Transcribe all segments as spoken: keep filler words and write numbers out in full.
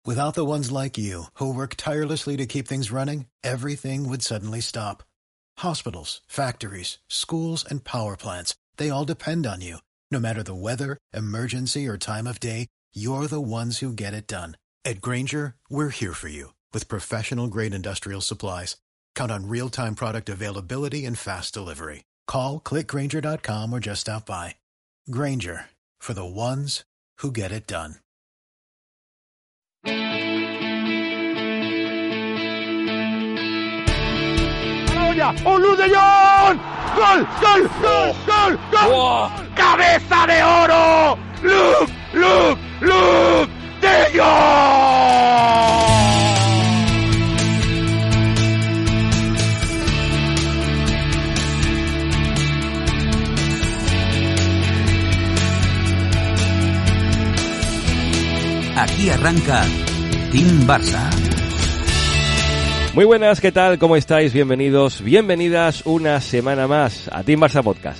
Without the ones like you, who work tirelessly to keep things running, everything would suddenly stop. Hospitals, factories, schools, and power plants, they all depend on you. No matter the weather, emergency, or time of day, you're the ones who get it done. At Grainger, we're here for you with professional-grade industrial supplies. Count on real-time product availability and fast delivery. Call, click Grainger dot com, or just stop by. Grainger, for the ones who get it done. ¡Un Luke de Jong! ¡Gol! ¡Gol! ¡Gol! ¡Gol! ¡Gol! ¡Wow! ¡Cabeza de oro! ¡Luke! ¡Luke! ¡Luke de Jong! Aquí arranca Team Barça. Muy buenas, ¿qué tal? ¿Cómo estáis? Bienvenidos, bienvenidas una semana más a Team Barça Podcast.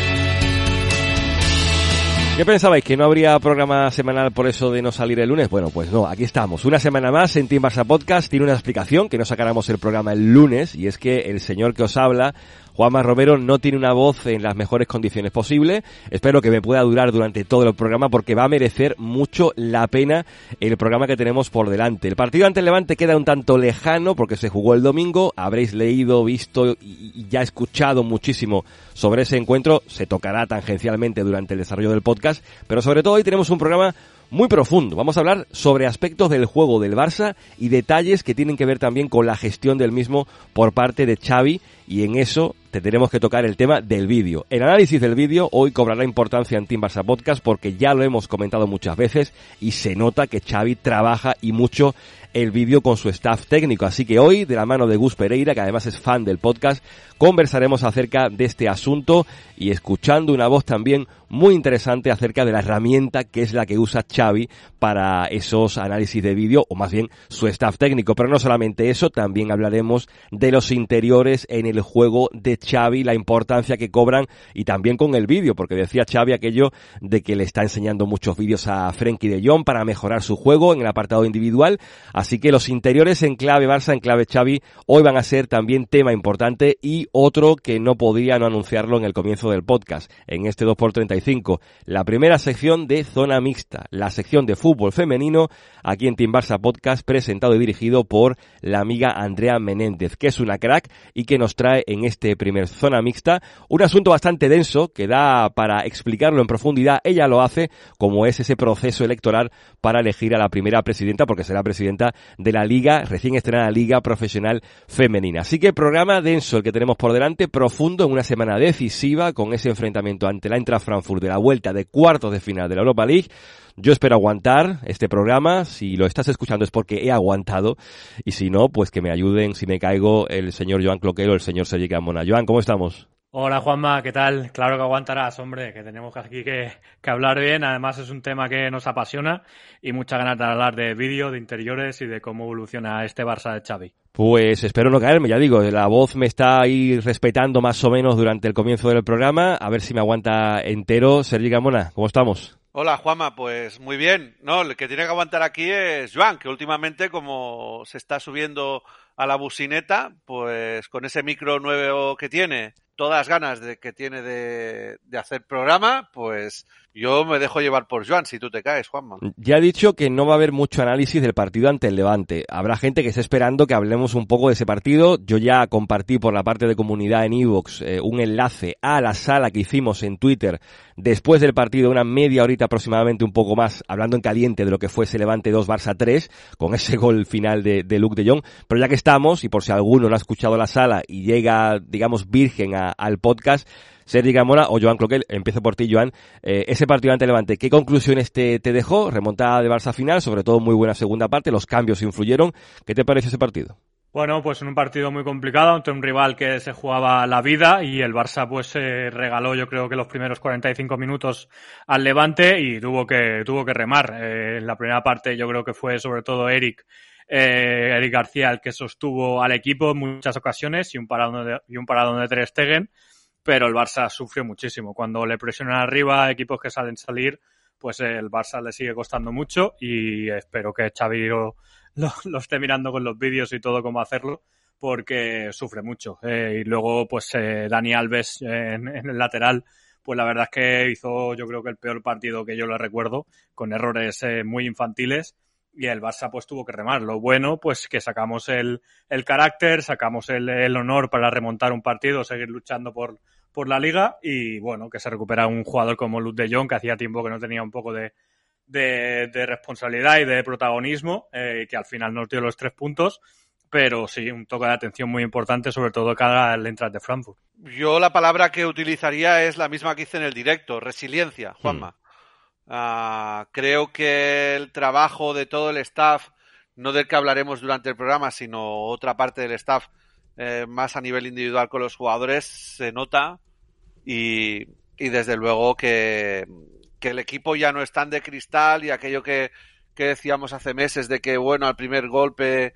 ¿Qué pensabais? ¿Que no habría programa semanal por eso de no salir el lunes? Bueno, pues no, aquí estamos. Una semana más en Team Barça Podcast. Tiene una explicación, que no sacáramos el programa el lunes, y es que el señor que os habla, Juanma Romero, no tiene una voz en las mejores condiciones posibles. Espero que me pueda durar durante todo el programa porque va a merecer mucho la pena el programa que tenemos por delante. El partido ante el Levante queda un tanto lejano porque se jugó el domingo. Habréis leído, visto y ya escuchado muchísimo sobre ese encuentro. Se tocará tangencialmente durante el desarrollo del podcast, pero sobre todo hoy tenemos un programa muy profundo. Vamos a hablar sobre aspectos del juego del Barça y detalles que tienen que ver también con la gestión del mismo por parte de Xavi, y en eso tendremos que tocar el tema del vídeo. El análisis del vídeo hoy cobrará importancia en Team Barça Podcast porque ya lo hemos comentado muchas veces y se nota que Xavi trabaja y mucho el vídeo con su staff técnico. Así que hoy, de la mano de Gus Pereira, que además es fan del podcast, conversaremos acerca de este asunto y escuchando una voz también muy interesante acerca de la herramienta que es la que usa Xavi para esos análisis de vídeo, o más bien su staff técnico. Pero no solamente eso, también hablaremos de los interiores en el juego de Xavi, la importancia que cobran, y también con el vídeo, porque decía Xavi aquello de que le está enseñando muchos vídeos a Frenkie de Jong para mejorar su juego en el apartado individual. Así que los interiores en clave Barça, en clave Xavi, hoy van a ser también tema importante, y otro que no podría no anunciarlo en el comienzo del podcast, en este dos por treinta y cinco, la primera sección de Zona Mixta, la sección de fútbol femenino, aquí en Team Barça Podcast, presentado y dirigido por la amiga Andrea Menéndez, que es una crack y que nos trae en este primer Zona Mixta un asunto bastante denso que da para explicarlo en profundidad. Ella lo hace, como es ese proceso electoral para elegir a la primera presidenta, porque será presidenta de la Liga, recién estrenada Liga Profesional Femenina. Así que programa denso el que tenemos por delante, profundo, en una semana decisiva con ese enfrentamiento ante la Eintracht Frankfurt de la vuelta de cuartos de final de la Europa League. Yo espero aguantar este programa. Si lo estás escuchando es porque he aguantado, y si no, pues que me ayuden, si me caigo, el señor Joan Cloquero o el señor Sergi Camona. Joan, ¿cómo estamos? Hola Juanma, ¿qué tal? Claro que aguantarás, hombre, que tenemos aquí que, que hablar bien. Además es un tema que nos apasiona y muchas ganas de hablar de vídeo, de interiores y de cómo evoluciona este Barça de Xavi. Pues espero no caerme, ya digo, la voz me está ahí respetando más o menos durante el comienzo del programa. A ver si me aguanta entero. Sergi Camona, ¿cómo estamos? Hola Juanma, pues muy bien. No, el que tiene que aguantar aquí es Joan, que últimamente, como se está subiendo a la busineta, pues con ese micro nuevo que tiene, todas las ganas de que tiene de, de hacer programa, pues yo me dejo llevar por Joan, si tú te caes, Juanma. Ya he dicho que no va a haber mucho análisis del partido ante el Levante. Habrá gente que esté esperando que hablemos un poco de ese partido. Yo ya compartí por la parte de comunidad en iVoox eh, un enlace a la sala que hicimos en Twitter después del partido, una media horita aproximadamente, un poco más, hablando en caliente de lo que fue ese Levante dos Barça tres, con ese gol final de, de Luke de Jong. Pero ya que estamos, y por si alguno no ha escuchado la sala y llega, digamos, virgen a, al podcast, Sergi Camona o Joan Cloquel, empiezo por ti, Joan. Eh, ese partido ante Levante, ¿qué conclusiones te, te dejó? Remontada de Barça final, sobre todo muy buena segunda parte, los cambios influyeron. ¿Qué te pareció ese partido? Bueno, pues en un partido muy complicado ante un rival que se jugaba la vida, y el Barça pues se eh, regaló, yo creo que los primeros cuarenta y cinco minutos al Levante y tuvo que tuvo que remar. Eh, en la primera parte yo creo que fue sobre todo Eric eh, Eric García el que sostuvo al equipo en muchas ocasiones, y un paradón de, y un paradón de Ter Stegen, pero el Barça sufrió muchísimo. Cuando le presionan arriba, equipos que salen salir, pues el Barça le sigue costando mucho y espero que Xavi lo, lo, lo esté mirando con los vídeos y todo cómo hacerlo, porque sufre mucho. Eh, y luego, pues eh, Dani Alves eh, en, en el lateral, pues la verdad es que hizo, yo creo que el peor partido que yo le recuerdo, con errores eh, muy infantiles, y el Barça pues tuvo que remar. Lo bueno, pues que sacamos el, el carácter, sacamos el, el honor para remontar un partido, seguir luchando por, por la Liga, y bueno, que se recupera un jugador como Luuk de Jong, que hacía tiempo que no tenía un poco de, de, de responsabilidad y de protagonismo, eh, que al final nos dio los tres puntos. Pero sí, un toque de atención muy importante, sobre todo cara al Eintracht de Frankfurt. Yo la palabra que utilizaría es la misma que hice en el directo, resiliencia, Juanma. Mm. Uh, creo que el trabajo de todo el staff, no del que hablaremos durante el programa, sino otra parte del staff, eh, más a nivel individual con los jugadores, se nota y, y desde luego que, que el equipo ya no es tan de cristal y aquello que, que decíamos hace meses de que, bueno, al primer golpe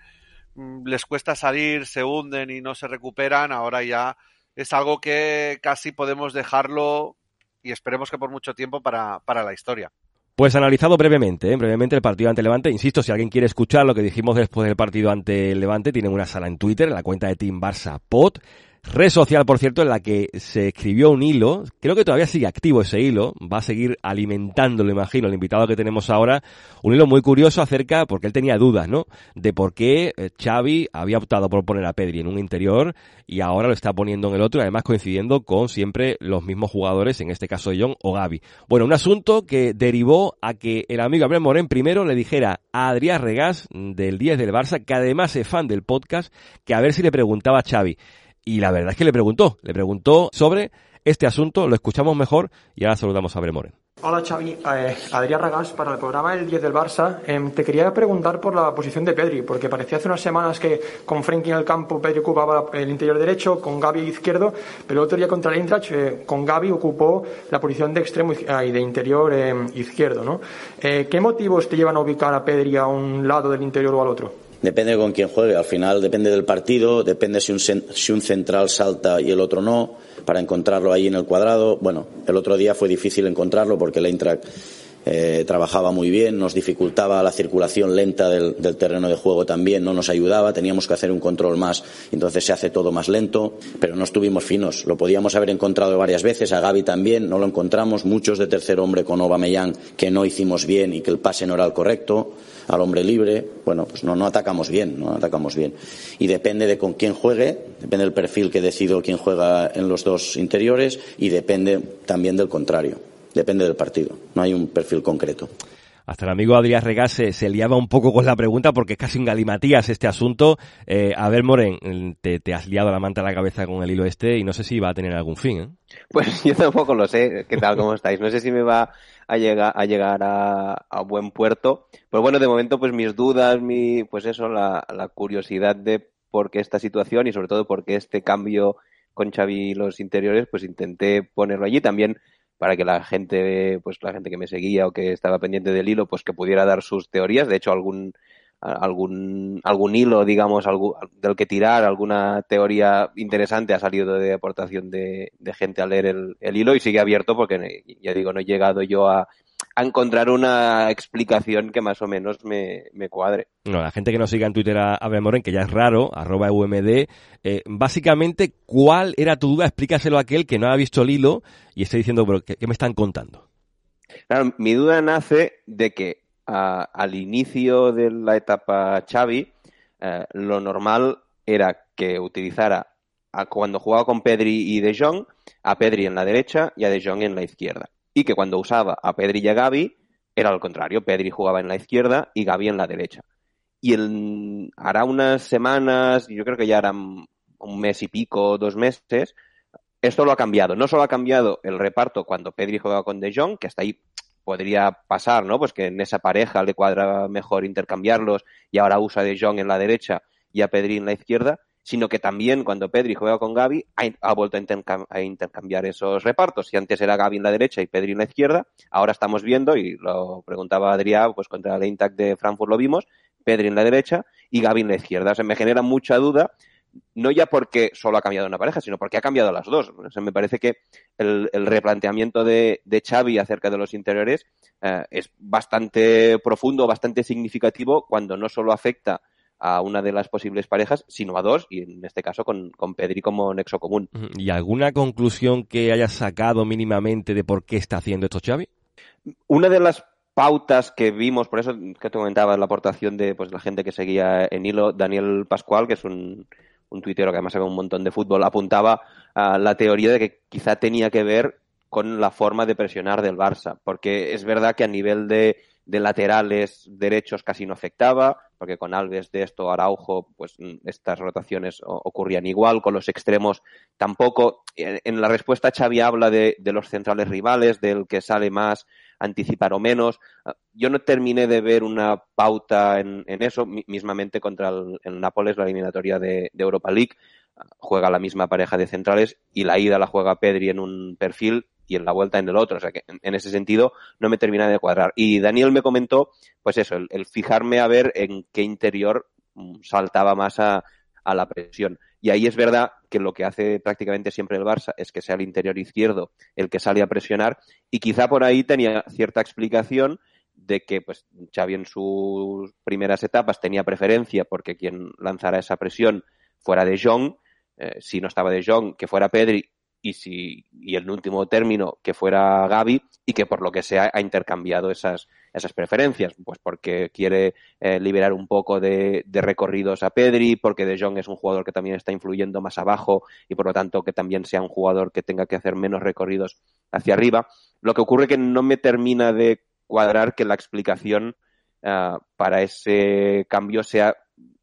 les cuesta salir, se hunden y no se recuperan, ahora ya es algo que casi podemos dejarlo y esperemos que por mucho tiempo para, para la historia. Pues analizado brevemente, ¿eh? brevemente el partido ante Levante. Insisto, si alguien quiere escuchar lo que dijimos después del partido ante Levante, tienen una sala en Twitter, en la cuenta de Team Barça Pod. Red social, por cierto, en la que se escribió un hilo, creo que todavía sigue activo ese hilo, va a seguir alimentándolo, imagino, el invitado que tenemos ahora, un hilo muy curioso acerca, porque él tenía dudas, ¿no?, de por qué Xavi había optado por poner a Pedri en un interior y ahora lo está poniendo en el otro, y además coincidiendo con siempre los mismos jugadores, en este caso John o Gavi. Bueno, un asunto que derivó a que el amigo Abel Morén primero le dijera a Adrián Regás, del diez del Barça, que además es fan del podcast, que a ver si le preguntaba a Xavi. Y la verdad es que le preguntó, le preguntó sobre este asunto, lo escuchamos mejor y ahora saludamos a Abel Morén. Hola Xavi, eh, Adrián Regás para el programa El diez del Barça. Eh, te quería preguntar por la posición de Pedri, porque parecía hace unas semanas que con Frenkie en el campo Pedri ocupaba el interior derecho, con Gavi izquierdo, pero el otro día contra el Eintracht eh, con Gavi ocupó la posición de extremo y de interior eh, izquierdo, ¿no? Eh, ¿Qué motivos te llevan a ubicar a Pedri a un lado del interior o al otro? Depende con quién juegue, al final depende del partido, depende si un, si un central salta y el otro no, para encontrarlo ahí en el cuadrado. Bueno, el otro día fue difícil encontrarlo porque el Eintracht eh, trabajaba muy bien, nos dificultaba la circulación lenta del, del terreno de juego también, no nos ayudaba, teníamos que hacer un control más, entonces se hace todo más lento, pero no estuvimos finos, lo podíamos haber encontrado varias veces, a Gavi también, no lo encontramos, muchos de tercer hombre con Aubameyang que no hicimos bien y que el pase no era el correcto, al hombre libre, bueno, pues no, no atacamos bien, no atacamos bien. Y depende de con quién juegue, depende del perfil que decido quién juega en los dos interiores y depende también del contrario, depende del partido, no hay un perfil concreto. Hasta el amigo Adrián Regás se, se liaba un poco con la pregunta porque es casi un galimatías este asunto. Eh, a ver, Morén, te, te has liado la manta a la cabeza con el hilo este y no sé si va a tener algún fin, ¿eh? Pues yo tampoco lo sé. ¿Qué tal? ¿Cómo estáis? No sé si me va a llegar a llegar a, a buen puerto. Pero bueno, de momento, pues mis dudas, mi, pues eso, la, la curiosidad de por qué esta situación y sobre todo por qué este cambio con Xavi y los interiores, pues intenté ponerlo allí también para que la gente, pues la gente que me seguía o que estaba pendiente del hilo, pues que pudiera dar sus teorías. De hecho, algún algún algún hilo, digamos, algún, del que tirar, alguna teoría interesante ha salido de aportación de, de gente a leer el, el hilo y sigue abierto porque, ya digo, no he llegado yo a, a encontrar una explicación que más o menos me, me cuadre. No, la gente que nos siga en Twitter a Abel Morén, que ya es raro, arroba U M D, eh, básicamente, ¿cuál era tu duda? Explícaselo a aquel que no ha visto el hilo y esté diciendo, pero ¿qué, qué me están contando? Claro, mi duda nace de que a, al inicio de la etapa Xavi, eh, lo normal era que utilizara, a, cuando jugaba con Pedri y De Jong, a Pedri en la derecha y a De Jong en la izquierda. Y que cuando usaba a Pedri y a Gavi, era al contrario, Pedri jugaba en la izquierda y Gavi en la derecha. Y el, hará unas semanas, yo creo que ya harán un mes y pico, dos meses, esto lo ha cambiado. No solo ha cambiado el reparto cuando Pedri juega con De Jong, que hasta ahí podría pasar, ¿no? Pues que en esa pareja le cuadra mejor intercambiarlos y ahora usa a De Jong en la derecha y a Pedri en la izquierda, sino que también cuando Pedri juega con Gavi ha, ha vuelto a, intercam- a intercambiar esos repartos. Si antes era Gavi en la derecha y Pedri en la izquierda, ahora estamos viendo, y lo preguntaba Adrián, pues contra el Eintracht de Frankfurt lo vimos, Pedri en la derecha y Gavi en la izquierda. O sea, me genera mucha duda no ya porque solo ha cambiado una pareja, sino porque ha cambiado las dos. O sea, me parece que el, el replanteamiento de, de Xavi acerca de los interiores eh, es bastante profundo, bastante significativo, cuando no solo afecta a una de las posibles parejas, sino a dos, y en este caso con, con Pedri como nexo común. ¿Y alguna conclusión que hayas sacado mínimamente de por qué está haciendo esto Xavi? Una de las pautas que vimos, por eso que te comentaba la aportación de pues la gente que seguía en hilo, Daniel Pascual, que es un, un tuitero que además sabe un montón de fútbol, apuntaba a la teoría de que quizá tenía que ver con la forma de presionar del Barça, porque es verdad que a nivel de, de laterales derechos casi no afectaba, porque con Alves, de esto, Araujo, pues estas rotaciones ocurrían igual, con los extremos tampoco. En, en la respuesta Xavi habla de, de los centrales rivales, del que sale más, anticipar o menos. Yo no terminé de ver una pauta en, en eso, mismamente contra el, el Nápoles, la eliminatoria de, de Europa League, juega la misma pareja de centrales y la ida la juega Pedri en un perfil y en la vuelta en el otro, o sea que en, en ese sentido no me termina de cuadrar. Y Daniel me comentó, pues eso, el, el fijarme a ver en qué interior saltaba más a, a la presión. Y ahí es verdad que lo que hace prácticamente siempre el Barça es que sea el interior izquierdo el que sale a presionar, y quizá por ahí tenía cierta explicación de que pues Xavi en sus primeras etapas tenía preferencia porque quien lanzara esa presión fuera De Jong, eh, si no estaba De Jong, que fuera Pedri, y si y en último término que fuera Gavi, y que por lo que sea ha intercambiado esas esas preferencias, pues porque quiere eh, liberar un poco de, de recorridos a Pedri, porque De Jong es un jugador que también está influyendo más abajo y por lo tanto que también sea un jugador que tenga que hacer menos recorridos hacia arriba. Lo que ocurre que no me termina de cuadrar que la explicación uh, para ese cambio sea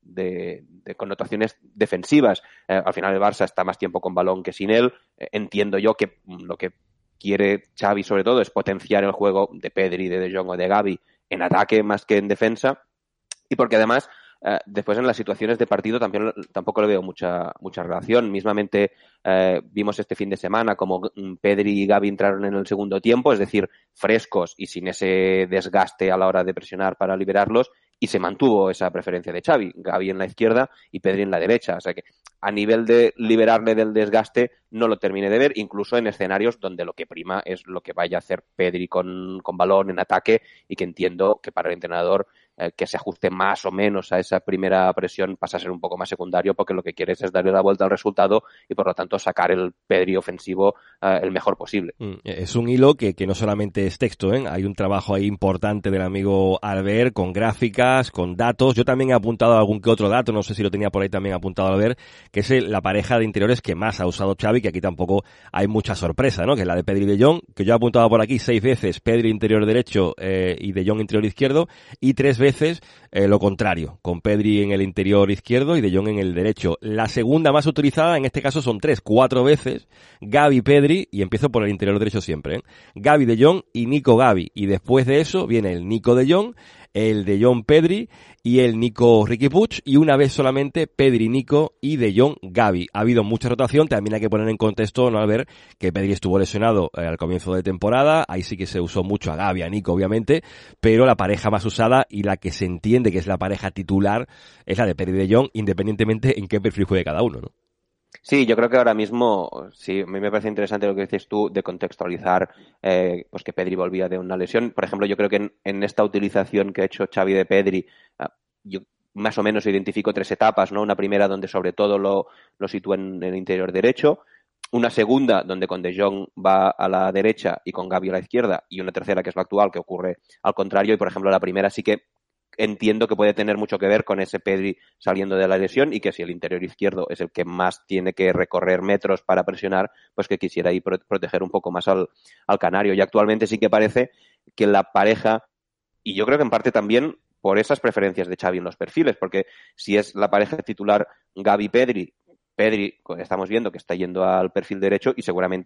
de, de connotaciones defensivas. Eh, al final el Barça está más tiempo con balón que sin él. Eh, entiendo yo que lo que quiere Xavi sobre todo es potenciar el juego de Pedri, de De Jong o de Gavi en ataque más que en defensa, y porque además eh, después en las situaciones de partido también tampoco le veo mucha mucha relación. Mismamente eh, vimos este fin de semana como Pedri y Gavi entraron en el segundo tiempo, es decir, frescos y sin ese desgaste a la hora de presionar para liberarlos, y se mantuvo esa preferencia de Xavi, Gavi en la izquierda y Pedri en la derecha. O sea que a nivel de liberarle del desgaste no lo terminé de ver, incluso en escenarios donde lo que prima es lo que vaya a hacer Pedri con, con balón en ataque, y que entiendo que para el entrenador eh, que se ajuste más o menos a esa primera presión pasa a ser un poco más secundario, porque lo que quieres es darle la vuelta al resultado y por lo tanto sacar el Pedri ofensivo eh, el mejor posible. Mm, es un hilo que, que no solamente es texto, ¿eh? Hay un trabajo ahí importante del amigo Albert con gráficas, con datos. Yo también he apuntado algún que otro dato, no sé si lo tenía por ahí también apuntado Albert, que es la pareja de interiores que más ha usado Xavi, que aquí tampoco hay mucha sorpresa, ¿no? Que es la de Pedri y De Jong, que yo he apuntado por aquí seis veces Pedri interior derecho eh, y De Jong interior izquierdo, y tres veces eh, lo contrario, con Pedri en el interior izquierdo y De Jong en el derecho. La segunda más utilizada en este caso son tres, cuatro veces Gavi, Pedri, y empiezo por el interior derecho siempre, ¿eh? Gavi, De Jong y Nico, Gavi, y después de eso viene el Nico, De Jong, el De Jong, Pedri y el Nico, Riqui Puig, y una vez solamente Pedri, Nico y De Jong, Gavi. Ha habido mucha rotación, también hay que poner en contexto, ¿no?, al ver que Pedri estuvo lesionado eh, al comienzo de temporada, ahí sí que se usó mucho a Gavi, a Nico obviamente, pero la pareja más usada y la que se entiende que es la pareja titular es la de Pedri y De Jong, independientemente en qué perfil juegue cada uno, ¿no? Sí, yo creo que ahora mismo, sí, a mí me parece interesante lo que dices tú de contextualizar eh, pues que Pedri volvía de una lesión. Por ejemplo, yo creo que en, en esta utilización que ha hecho Xavi de Pedri, uh, yo más o menos identifico tres etapas, ¿no? Una primera donde sobre todo lo, lo sitúa en el interior derecho, una segunda donde con De Jong va a la derecha y con Gavi a la izquierda, y una tercera que es la actual, que ocurre al contrario. Y por ejemplo la primera sí que entiendo que puede tener mucho que ver con ese Pedri saliendo de la lesión, y que si el interior izquierdo es el que más tiene que recorrer metros para presionar, pues que quisiera ahí proteger un poco más al, al canario. Y actualmente sí que parece que la pareja, y yo creo que en parte también por esas preferencias de Xavi en los perfiles, porque si es la pareja titular Gavi-Pedri, Pedri estamos viendo que está yendo al perfil derecho y seguramente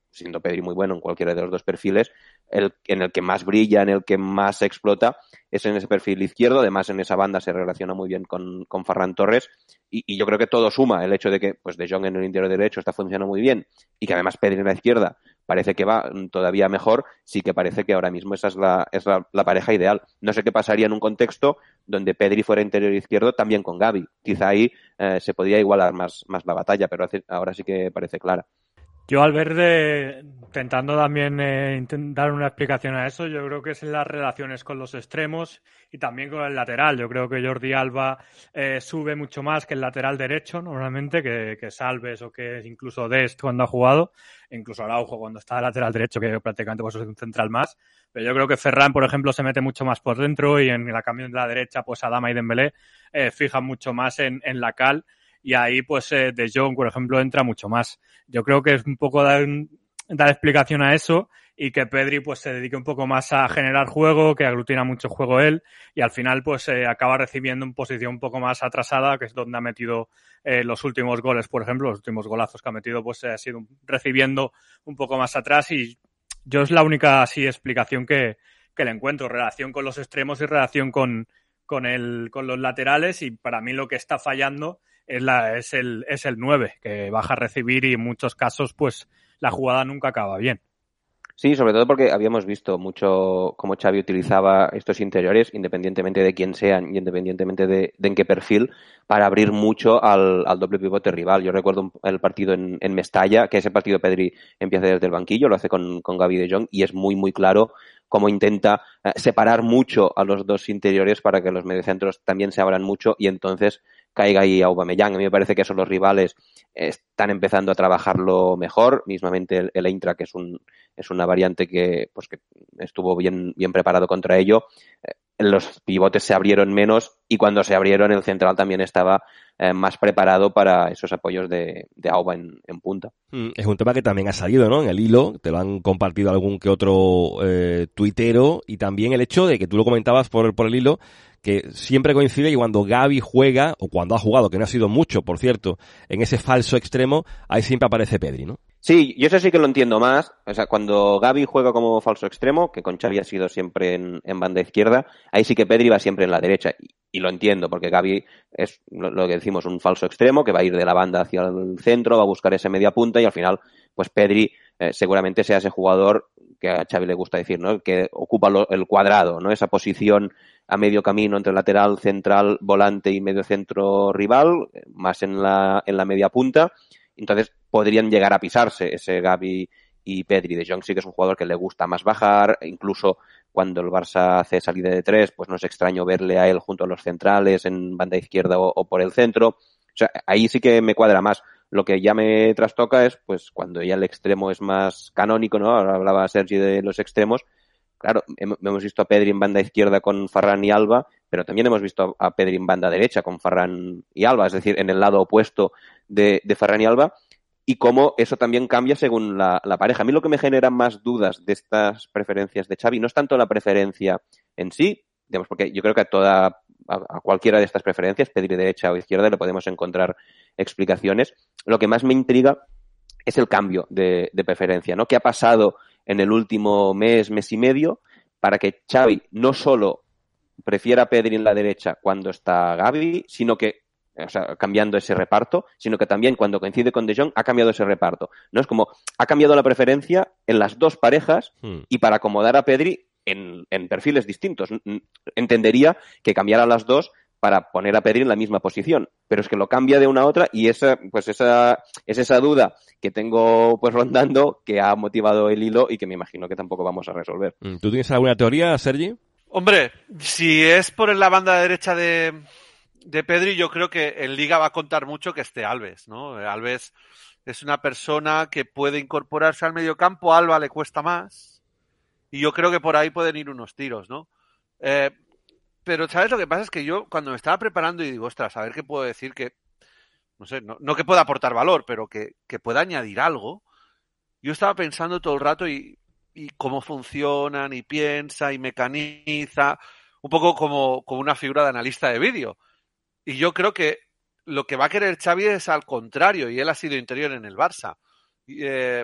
siendo Pedri muy bueno en cualquiera de los dos perfiles, el, en el que más brilla, en el que más explota, es en ese perfil izquierdo. Además, en esa banda se relaciona muy bien con, con Ferran Torres, y, y yo creo que todo suma. El hecho de que pues De Jong en el interior derecho está funcionando muy bien, y que además Pedri en la izquierda parece que va todavía mejor, sí que parece que ahora mismo esa es la, es la, la pareja ideal. No sé qué pasaría en un contexto donde Pedri fuera interior izquierdo también con Gavi. Quizá ahí eh, se podría igualar más, más la batalla, pero hace, ahora sí que parece clara. Yo, al ver de, intentando también eh, dar una explicación a eso, yo creo que es en las relaciones con los extremos y también con el lateral. Yo creo que Jordi Alba eh, sube mucho más que el lateral derecho, normalmente, que, que Salves o que incluso Dest cuando ha jugado, e incluso Araujo cuando está de lateral derecho, que prácticamente pues, es un central más. Pero yo creo que Ferran, por ejemplo, se mete mucho más por dentro, y en la cambio de la derecha, pues Adama y Dembélé eh, fijan mucho más en, en la cal. Y ahí, pues, eh, De Jong, por ejemplo, entra mucho más. Yo creo que es un poco dar, dar explicación a eso, y que Pedri, pues, se dedique un poco más a generar juego, que aglutina mucho juego él, y al final, pues, eh, acaba recibiendo en posición un poco más atrasada, que es donde ha metido eh, los últimos goles, por ejemplo, los últimos golazos que ha metido, pues, eh, ha sido recibiendo un poco más atrás, y yo es la única, así, explicación que, que le encuentro. Relación con los extremos y relación con, con, el, con los laterales, y para mí lo que está fallando Es, la, es, el, es el nueve, que baja a recibir, y en muchos casos pues la jugada nunca acaba bien. Sí, sobre todo porque habíamos visto mucho cómo Xavi utilizaba estos interiores, independientemente de quién sean y independientemente de, de en qué perfil, para abrir mucho al, al doble pivote rival. Yo recuerdo un, el partido en, en Mestalla, que ese partido Pedri empieza desde el banquillo, lo hace con, con Gavi De Jong, y es muy, muy claro cómo intenta eh, separar mucho a los dos interiores para que los mediocentros también se abran mucho, y entonces caiga ahí Aubameyang. A mí me parece que esos los rivales están empezando a trabajarlo mejor. Mismamente el, el Eintracht es un es una variante que pues que estuvo bien bien preparado contra ello. Eh, los pivotes se abrieron menos, y cuando se abrieron el central también estaba eh, más preparado para esos apoyos de, de Auba en, en punta. Mm, es un tema que también ha salido, ¿no? En el hilo, te lo han compartido algún que otro eh, tuitero, y también el hecho de que tú lo comentabas por, por el hilo, que siempre coincide que cuando Gavi juega, o cuando ha jugado, que no ha sido mucho, por cierto, en ese falso extremo, ahí siempre aparece Pedri, ¿no? Sí, yo eso sí que lo entiendo más. O sea, cuando Gavi juega como falso extremo, que con Xavi ha sido siempre en, en banda izquierda, ahí sí que Pedri va siempre en la derecha. Y, y lo entiendo, porque Gavi es lo, lo que decimos, un falso extremo, que va a ir de la banda hacia el centro, va a buscar esa media punta, y al final, pues Pedri eh, seguramente sea ese jugador que a Xavi le gusta decir, ¿no? Que ocupa lo, el cuadrado, ¿no? Esa posición a medio camino entre lateral, central, volante y medio centro rival, más en la, en la media punta. Entonces podrían llegar a pisarse ese Gavi y Pedri. De Jong sí que es un jugador que le gusta más bajar, incluso cuando el Barça hace salida de tres, pues no es extraño verle a él junto a los centrales en banda izquierda o, o por el centro. O sea, ahí sí que me cuadra más. Lo que ya me trastoca es pues cuando ya el extremo es más canónico, ¿no? Ahora hablaba Sergi de los extremos. Claro, hemos visto a Pedri en banda izquierda con Ferran y Alba, pero también hemos visto a Pedri en banda derecha con Ferran y Alba, es decir, en el lado opuesto de, de Ferran y Alba, y cómo eso también cambia según la, la pareja. A mí lo que me genera más dudas de estas preferencias de Xavi no es tanto la preferencia en sí, digamos, porque yo creo que a toda a, a cualquiera de estas preferencias, Pedri derecha o izquierda, le podemos encontrar explicaciones. Lo que más me intriga es el cambio de, de preferencia, ¿no? ¿Qué ha pasado en el último mes, mes y medio, para que Xavi no solo prefiera a Pedri en la derecha cuando está Gavi, sino que, o sea, cambiando ese reparto, sino que también cuando coincide con De Jong ha cambiado ese reparto, ¿no? Es como, ha cambiado la preferencia en las dos parejas, hmm. y para acomodar a Pedri en, en perfiles distintos. Entendería que cambiara las dos para poner a Pedri en la misma posición, pero es que lo cambia de una a otra, y esa, pues esa, es esa duda que tengo pues rondando, que ha motivado el hilo y que me imagino que tampoco vamos a resolver. ¿Tú tienes alguna teoría, Sergi? Hombre, si es por la banda derecha de, de Pedri, yo creo que en Liga va a contar mucho que esté Alves, ¿no? Alves es una persona que puede incorporarse al mediocampo, a Alba le cuesta más, y yo creo que por ahí pueden ir unos tiros, ¿no? Eh, Pero, ¿sabes lo que pasa? Es que yo, cuando me estaba preparando, y digo, ostras, a ver qué puedo decir que, no sé, no, no que pueda aportar valor, pero que, que pueda añadir algo. Yo estaba pensando todo el rato y, y cómo funcionan, y piensa, y mecaniza, un poco como, como una figura de analista de vídeo. Y yo creo que lo que va a querer Xavi es al contrario, y él ha sido interior en el Barça. Eh,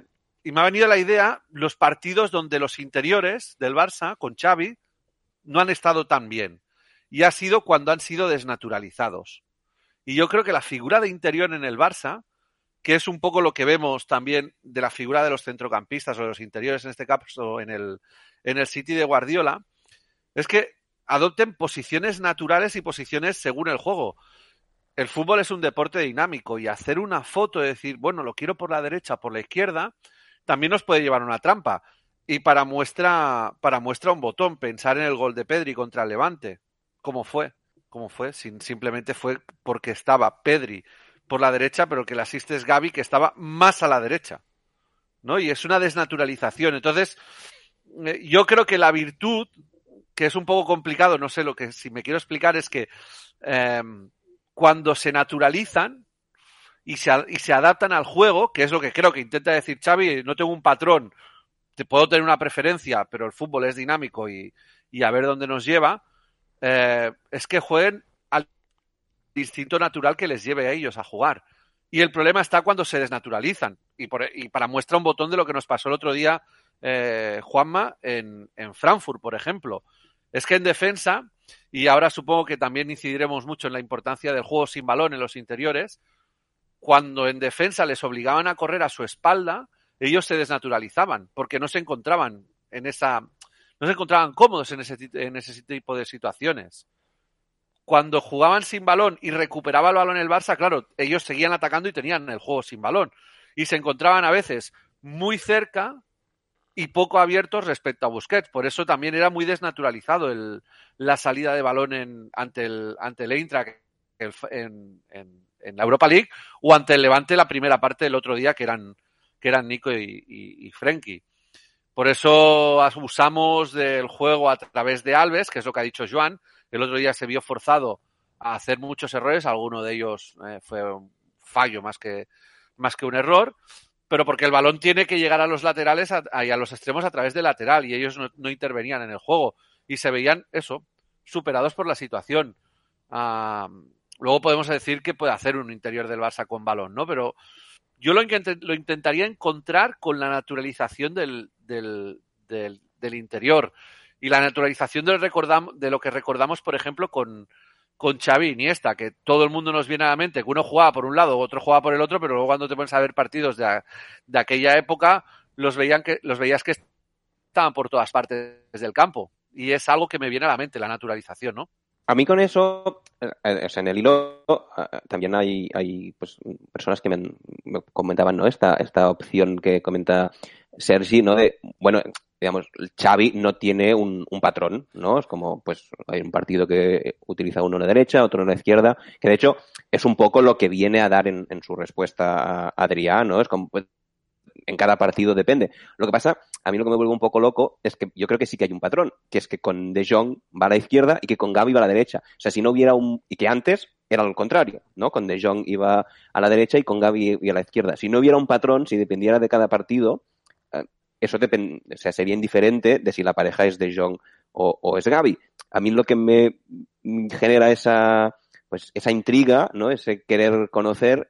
y me ha venido la idea los partidos donde los interiores del Barça, con Xavi, no han estado tan bien. Y ha sido cuando han sido desnaturalizados. Y yo creo que la figura de interior en el Barça, que es un poco lo que vemos también de la figura de los centrocampistas o de los interiores, en este caso en el, en el City de Guardiola, es que adopten posiciones naturales y posiciones según el juego. El fútbol es un deporte dinámico y hacer una foto y decir, bueno, lo quiero por la derecha, por la izquierda, también nos puede llevar a una trampa. Y para muestra, para muestra un botón, pensar en el gol de Pedri contra el Levante. ¿Cómo fue? ¿Cómo fue? Sin, simplemente fue porque estaba Pedri por la derecha, pero que le asiste es Gavi, que estaba más a la derecha, ¿no? Y es una desnaturalización. Entonces, eh, yo creo que la virtud, que es un poco complicado, no sé, lo que si me quiero explicar es que eh, cuando se naturalizan y se, y se adaptan al juego, que es lo que creo que intenta decir Xavi, no tengo un patrón, te puedo tener una preferencia, pero el fútbol es dinámico y, y a ver dónde nos lleva, eh, es que jueguen al instinto natural que les lleve a ellos a jugar. Y el problema está cuando se desnaturalizan. Y, por, y para muestra un botón de lo que nos pasó el otro día, eh, Juanma, en, en Frankfurt, por ejemplo. Es que en defensa, y ahora supongo que también incidiremos mucho en la importancia del juego sin balón en los interiores, cuando en defensa les obligaban a correr a su espalda, ellos se desnaturalizaban porque no se encontraban en esa, no se encontraban cómodos en ese, en ese tipo de situaciones. Cuando jugaban sin balón y recuperaba el balón el Barça, claro, ellos seguían atacando y tenían el juego sin balón. Y se encontraban a veces muy cerca y poco abiertos respecto a Busquets. Por eso también era muy desnaturalizado el, la salida de balón en, ante el ante el Eintracht en, en, en la Europa League o ante el Levante la primera parte del otro día, que eran, que eran Nico y, y, y Frenkie. Por eso usamos del juego a través de Alves, que es lo que ha dicho Joan. El otro día se vio forzado a hacer muchos errores, alguno de ellos eh, fue un fallo más que, más que un error, pero porque el balón tiene que llegar a los laterales a, a, y a los extremos a través del lateral y ellos no, no intervenían en el juego y se veían, eso, superados por la situación. Uh, luego podemos decir que puede hacer un interior del Barça con balón, ¿no? Pero yo lo, intent- lo intentaría encontrar con la naturalización del, del, del, del interior. Y la naturalización de, recordam- de lo que recordamos, por ejemplo, con, con Xavi y Iniesta, que todo el mundo nos viene a la mente, que uno jugaba por un lado, otro jugaba por el otro, pero luego cuando te pones a ver partidos de, de aquella época, los, veían que, los veías que estaban por todas partes del campo. Y es algo que me viene a la mente, la naturalización, ¿no? A mí con eso, en el hilo, también hay, hay pues, personas que me, me comentaban, ¿no? Esta, esta opción que comenta Sergi, ¿no? De, bueno, digamos, Xavi no tiene un, un patrón, ¿no? Es como, pues, hay un partido que utiliza uno en la derecha, otro en la izquierda, que de hecho es un poco lo que viene a dar en, en su respuesta a Adrián, ¿no? Es como, pues, en cada partido depende. Lo que pasa, a mí lo que me vuelve un poco loco es que yo creo que sí que hay un patrón, que es que con De Jong va a la izquierda y que con Gavi va a la derecha. O sea, si no hubiera un... Y que antes era lo contrario, ¿no? Con De Jong iba a la derecha y con Gavi iba a la izquierda. Si no hubiera un patrón, si dependiera de cada partido, eh, eso depend... o sea, sería indiferente de si la pareja es De Jong o, o es Gavi. A mí lo que me genera esa, pues, esa intriga, ¿no? Ese querer conocer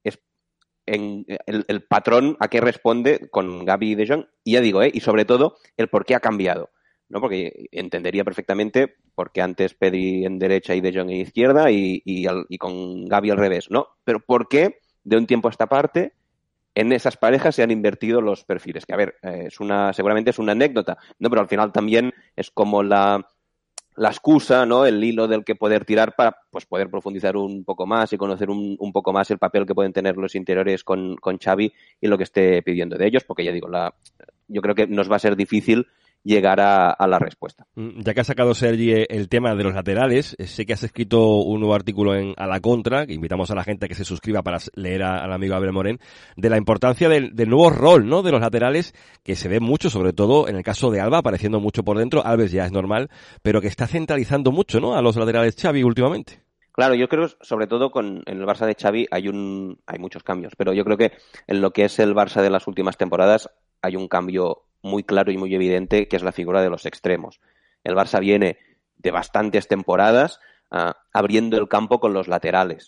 en el, el patrón a qué responde con Gavi y De Jong, y ya digo, ¿eh? Y sobre todo el por qué ha cambiado, ¿no? Porque entendería perfectamente por qué antes Pedri en derecha y De Jong en izquierda y, y, al, y con Gavi al revés, ¿no? Pero por qué de un tiempo a esta parte en esas parejas se han invertido los perfiles, que a ver, eh, es una seguramente es una anécdota, ¿no? Pero al final también es como la la excusa, ¿no? El hilo del que poder tirar para, pues, poder profundizar un poco más y conocer un, un poco más el papel que pueden tener los interiores con, con Xavi y lo que esté pidiendo de ellos, porque ya digo, la, yo creo que nos va a ser difícil llegar a, a la respuesta. Ya que ha sacado Sergi el tema de los laterales, sé que has escrito un nuevo artículo en A la Contra, que invitamos a la gente a que se suscriba para leer a, al amigo Abel Morén, de la importancia del, del nuevo rol, ¿no? De los laterales, que se ve mucho, sobre todo en el caso de Alba, apareciendo mucho por dentro. Alves ya es normal, pero que está centralizando mucho, ¿no? A los laterales Xavi últimamente. Claro, yo creo, sobre todo con en el Barça de Xavi hay un hay muchos cambios, pero yo creo que en lo que es el Barça de las últimas temporadas hay un cambio muy claro y muy evidente, que es la figura de los extremos. El Barça viene de bastantes temporadas uh, abriendo el campo con los laterales.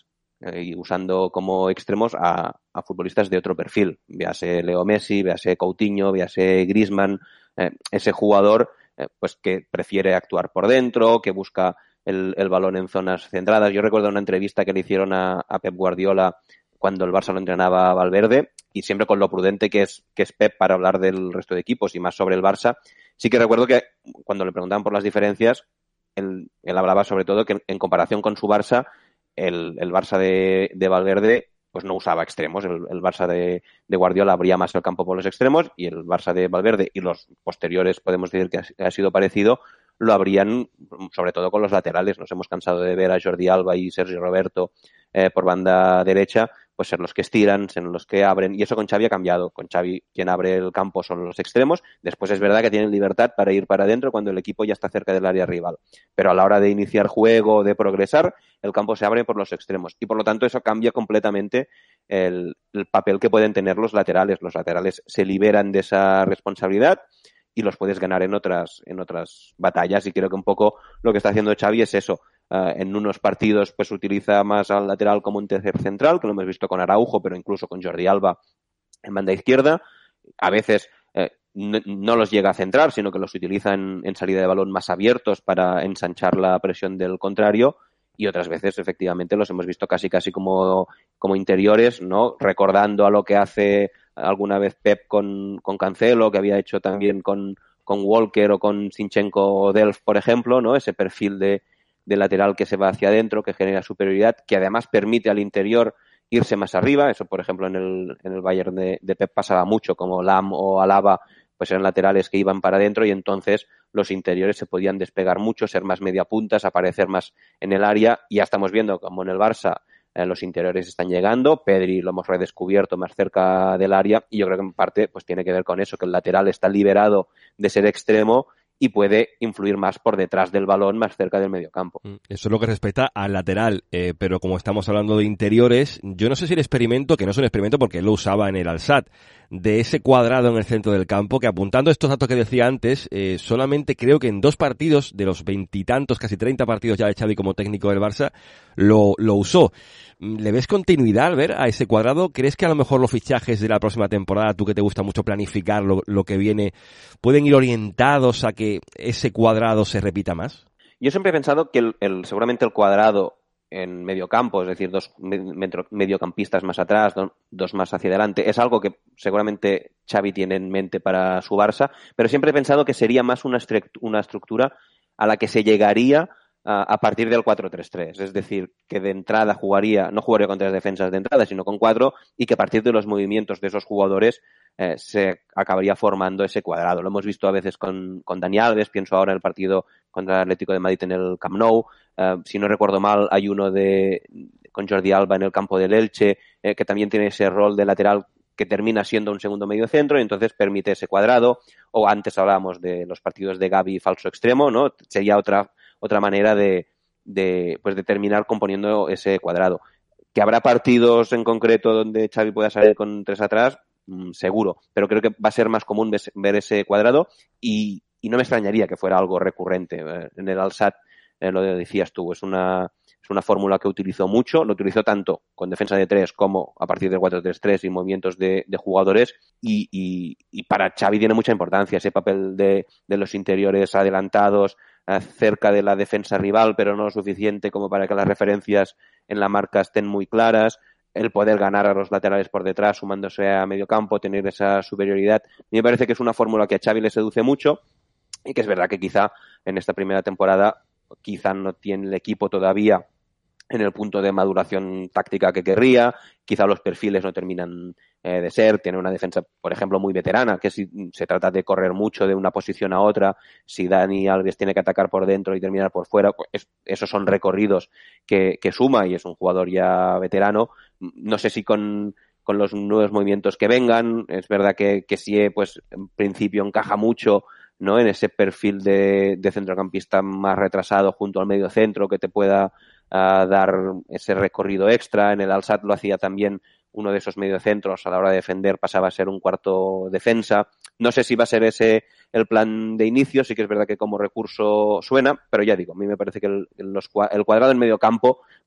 eh, y usando como extremos a, a futbolistas de otro perfil. Véase Leo Messi, véase Coutinho, véase Griezmann, eh, ese jugador eh, pues que prefiere actuar por dentro, que busca el, el balón en zonas centradas. Yo recuerdo una entrevista que le hicieron a, a Pep Guardiola cuando el Barça lo entrenaba a Valverde, y siempre con lo prudente que es, que es Pep para hablar del resto de equipos y más sobre el Barça. Sí que recuerdo que cuando le preguntaban por las diferencias, él, él hablaba sobre todo que en comparación con su Barça, el, el Barça de, de Valverde pues no usaba extremos. El, el Barça de, de Guardiola abría más el campo por los extremos, y el Barça de Valverde y los posteriores, podemos decir que ha, ha sido parecido, lo abrían sobre todo con los laterales. Nos hemos cansado de ver a Jordi Alba y Sergi Roberto eh, por banda derecha, pues ser los que estiran, ser los que abren, y eso con Xavi ha cambiado. Con Xavi quien abre el campo son los extremos. Después es verdad que tienen libertad para ir para adentro cuando el equipo ya está cerca del área rival, pero a la hora de iniciar juego, de progresar, el campo se abre por los extremos, y por lo tanto eso cambia completamente el, el papel que pueden tener los laterales. Los laterales se liberan de esa responsabilidad y los puedes ganar en otras en otras batallas, y creo que un poco lo que está haciendo Xavi es eso. Uh, en unos partidos pues utiliza más al lateral como un tercer central, que lo hemos visto con Araujo, pero incluso con Jordi Alba en banda izquierda. A veces eh, no, no los llega a centrar, sino que los utiliza en, en salida de balón más abiertos para ensanchar la presión del contrario, y otras veces efectivamente los hemos visto casi casi como, como interiores, ¿no? Recordando a lo que hace alguna vez Pep con, con Cancelo, que había hecho también con, con Walker o con Zinchenko o Delph, por ejemplo, ¿no? Ese perfil de de lateral que se va hacia adentro, que genera superioridad, que además permite al interior irse más arriba. Eso, por ejemplo, en el, en el Bayern de, de Pep pasaba mucho, como Lam o Alaba, pues eran laterales que iban para adentro, y entonces los interiores se podían despegar mucho, ser más media puntas, aparecer más en el área, y ya estamos viendo como en el Barça eh, los interiores están llegando. Pedri lo hemos redescubierto más cerca del área, y yo creo que en parte pues tiene que ver con eso, que el lateral está liberado de ser extremo y puede influir más por detrás del balón, más cerca del mediocampo. Eso es lo que respecta al lateral, eh, pero como estamos hablando de interiores, yo no sé si el experimento, que no es un experimento porque él lo usaba en el Al-Sadd, de ese cuadrado en el centro del campo, que apuntando estos datos que decía antes, eh, solamente creo que en dos partidos, de los veintitantos, casi treinta partidos ya de Xavi como técnico del Barça, lo, lo usó. ¿Le ves continuidad al ver a ese cuadrado? ¿Crees que a lo mejor los fichajes de la próxima temporada, tú que te gusta mucho planificar lo, lo que viene, pueden ir orientados a que ese cuadrado se repita más? Yo siempre he pensado que el, el, seguramente el cuadrado en medio campo, es decir, dos metro, mediocampistas más atrás, dos, dos más hacia adelante, es algo que seguramente Xavi tiene en mente para su Barça, pero siempre he pensado que sería más una, una estructura a la que se llegaría a partir del cuatro tres tres, es decir, que de entrada jugaría, no jugaría con tres defensas de entrada, sino con cuatro, y que a partir de los movimientos de esos jugadores eh, se acabaría formando ese cuadrado. Lo hemos visto a veces con, con Dani Alves, pienso ahora en el partido contra el Atlético de Madrid en el Camp Nou, eh, si no recuerdo mal hay uno de con Jordi Alba en el campo del Elche, eh, que también tiene ese rol de lateral que termina siendo un segundo medio centro, y entonces permite ese cuadrado. O antes hablábamos de los partidos de Gavi falso extremo, ¿no? Sería otra otra manera de, de, pues de terminar componiendo ese cuadrado. ¿Que habrá partidos en concreto donde Xavi pueda salir con tres atrás? Mm, seguro, pero creo que va a ser más común ver ese cuadrado, y, y no me extrañaría que fuera algo recurrente. En el Al-Sadd, eh, lo decías tú, es una, es una fórmula que utilizó mucho, lo utilizó tanto con defensa de tres como a partir del cuatro tres tres y movimientos de, de jugadores, y, y, y para Xavi tiene mucha importancia ese papel de, de los interiores adelantados, cerca de la defensa rival, pero no lo suficiente como para que las referencias en la marca estén muy claras, el poder ganar a los laterales por detrás sumándose a medio campo, tener esa superioridad. A mí me parece que es una fórmula que a Xavi le seduce mucho, y que es verdad que quizá en esta primera temporada quizá no tiene el equipo todavía en el punto de maduración táctica que querría, quizá los perfiles no terminan eh, de ser, tiene una defensa, por ejemplo, muy veterana, que si se trata de correr mucho de una posición a otra, si Dani Alves tiene que atacar por dentro y terminar por fuera, pues esos son recorridos que, que suma, y es un jugador ya veterano. No sé si con, con los nuevos movimientos que vengan, es verdad que, que sí, pues en principio encaja mucho, ¿no?, en ese perfil de, de centrocampista más retrasado junto al medio centro, que te pueda a dar ese recorrido extra. En el Al-Sadd lo hacía también uno de esos mediocentros, a la hora de defender pasaba a ser un cuarto defensa. No sé si va a ser ese el plan de inicio, sí que es verdad que como recurso suena, pero ya digo, a mí me parece que el, los, el cuadrado en medio campo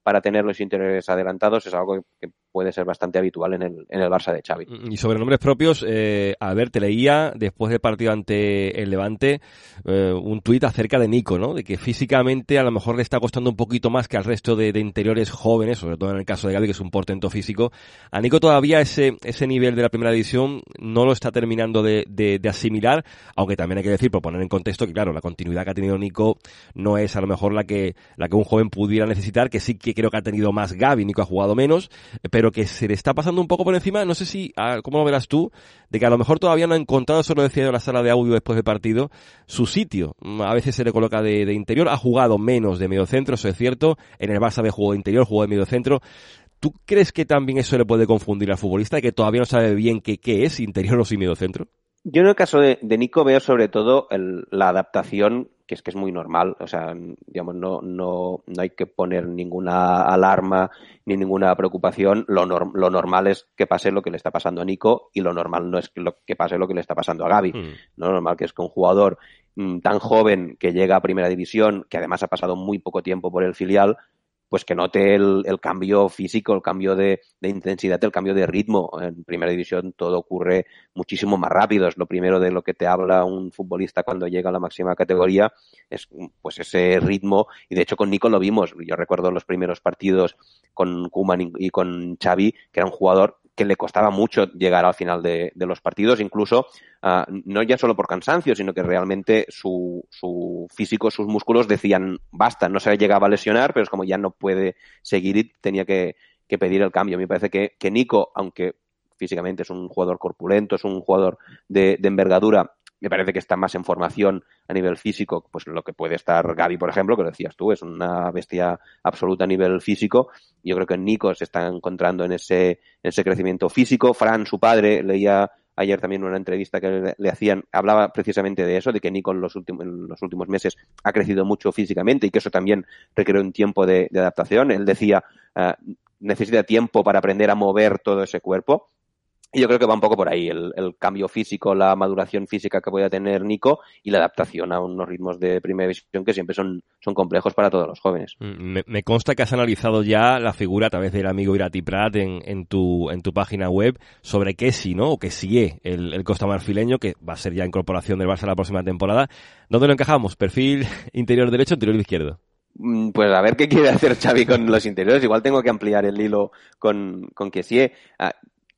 para tener los interiores adelantados es algo que puede ser bastante habitual en el, en el Barça de Xavi. Y sobre nombres propios, eh, a ver, te leía después del partido ante el Levante eh, un tuit acerca de Nico, ¿no? De que físicamente a lo mejor le está costando un poquito más que al resto de, de interiores jóvenes, sobre todo en el caso de Gavi, que es un portento físico. A Nico todavía ese ese nivel de la primera división no lo está terminando de, de, de asimilar, aunque también hay que decir, por poner en contexto, que claro, la continuidad que ha tenido Nico no es a lo mejor la que la que un joven pudiera necesitar, que sí que creo que ha tenido más Gavi, Nico ha jugado menos, pero que se le está pasando un poco por encima, no sé si, ¿cómo lo verás tú? De que a lo mejor todavía no ha encontrado, eso lo decía yo en la sala de audio después del partido, su sitio. A veces se le coloca de, de interior, ha jugado menos de mediocentro, eso es cierto, en el Barça había jugado de interior, jugó de mediocentro. ¿Tú crees que también eso le puede confundir al futbolista, que todavía no sabe bien qué, qué es interior o si mediocentro? Yo en el caso de, de Nico veo sobre todo el, la adaptación, que es que es muy normal, o sea, digamos, no, no, no hay que poner ninguna alarma ni ninguna preocupación. Lo, norm, lo normal es que pase lo que le está pasando a Nico y lo normal no es que, lo, que pase lo que le está pasando a Gavi. Mm. Lo normal que es que un jugador mm, tan joven que llega a Primera División, que además ha pasado muy poco tiempo por el filial, pues que note el, el cambio físico, el cambio de, de intensidad, el cambio de ritmo. En Primera División todo ocurre muchísimo más rápido. Es lo primero de lo que te habla un futbolista cuando llega a la máxima categoría, es pues ese ritmo. Y de hecho con Nico lo vimos. Yo recuerdo los primeros partidos con Koeman y con Xavi, que era un jugador que le costaba mucho llegar al final de, de los partidos, incluso uh, no ya solo por cansancio, sino que realmente su, su físico, sus músculos decían basta, no se llegaba a lesionar, pero es como ya no puede seguir y tenía que, que pedir el cambio. Me parece que, que Nico, aunque físicamente es un jugador corpulento, es un jugador de, de envergadura, me parece que está más en formación a nivel físico, pues lo que puede estar Gavi, por ejemplo, que lo decías tú, es una bestia absoluta a nivel físico. Yo creo que Nico se está encontrando en ese, en ese crecimiento físico. Fran, su padre, leía ayer también una entrevista que le, le hacían, hablaba precisamente de eso, de que Nico en los últimos, en los últimos meses ha crecido mucho físicamente y que eso también requiere un tiempo de, de adaptación. Él decía, uh, necesita tiempo para aprender a mover todo ese cuerpo. Y yo creo que va un poco por ahí, el, el cambio físico, la maduración física que pueda tener Nico y la adaptación a unos ritmos de primera división que siempre son, son complejos para todos los jóvenes. Me, me consta que has analizado ya la figura a través del amigo Irati Prat en, en tu en tu página web sobre Kessie, ¿no? O Kessie, el, el costamarfileño, que va a ser ya incorporación del Barça la próxima temporada. ¿Dónde lo encajamos? ¿Perfil interior derecho o interior izquierdo? Pues a ver qué quiere hacer Xavi con los interiores. Igual tengo que ampliar el hilo con, con Kessie. Ah,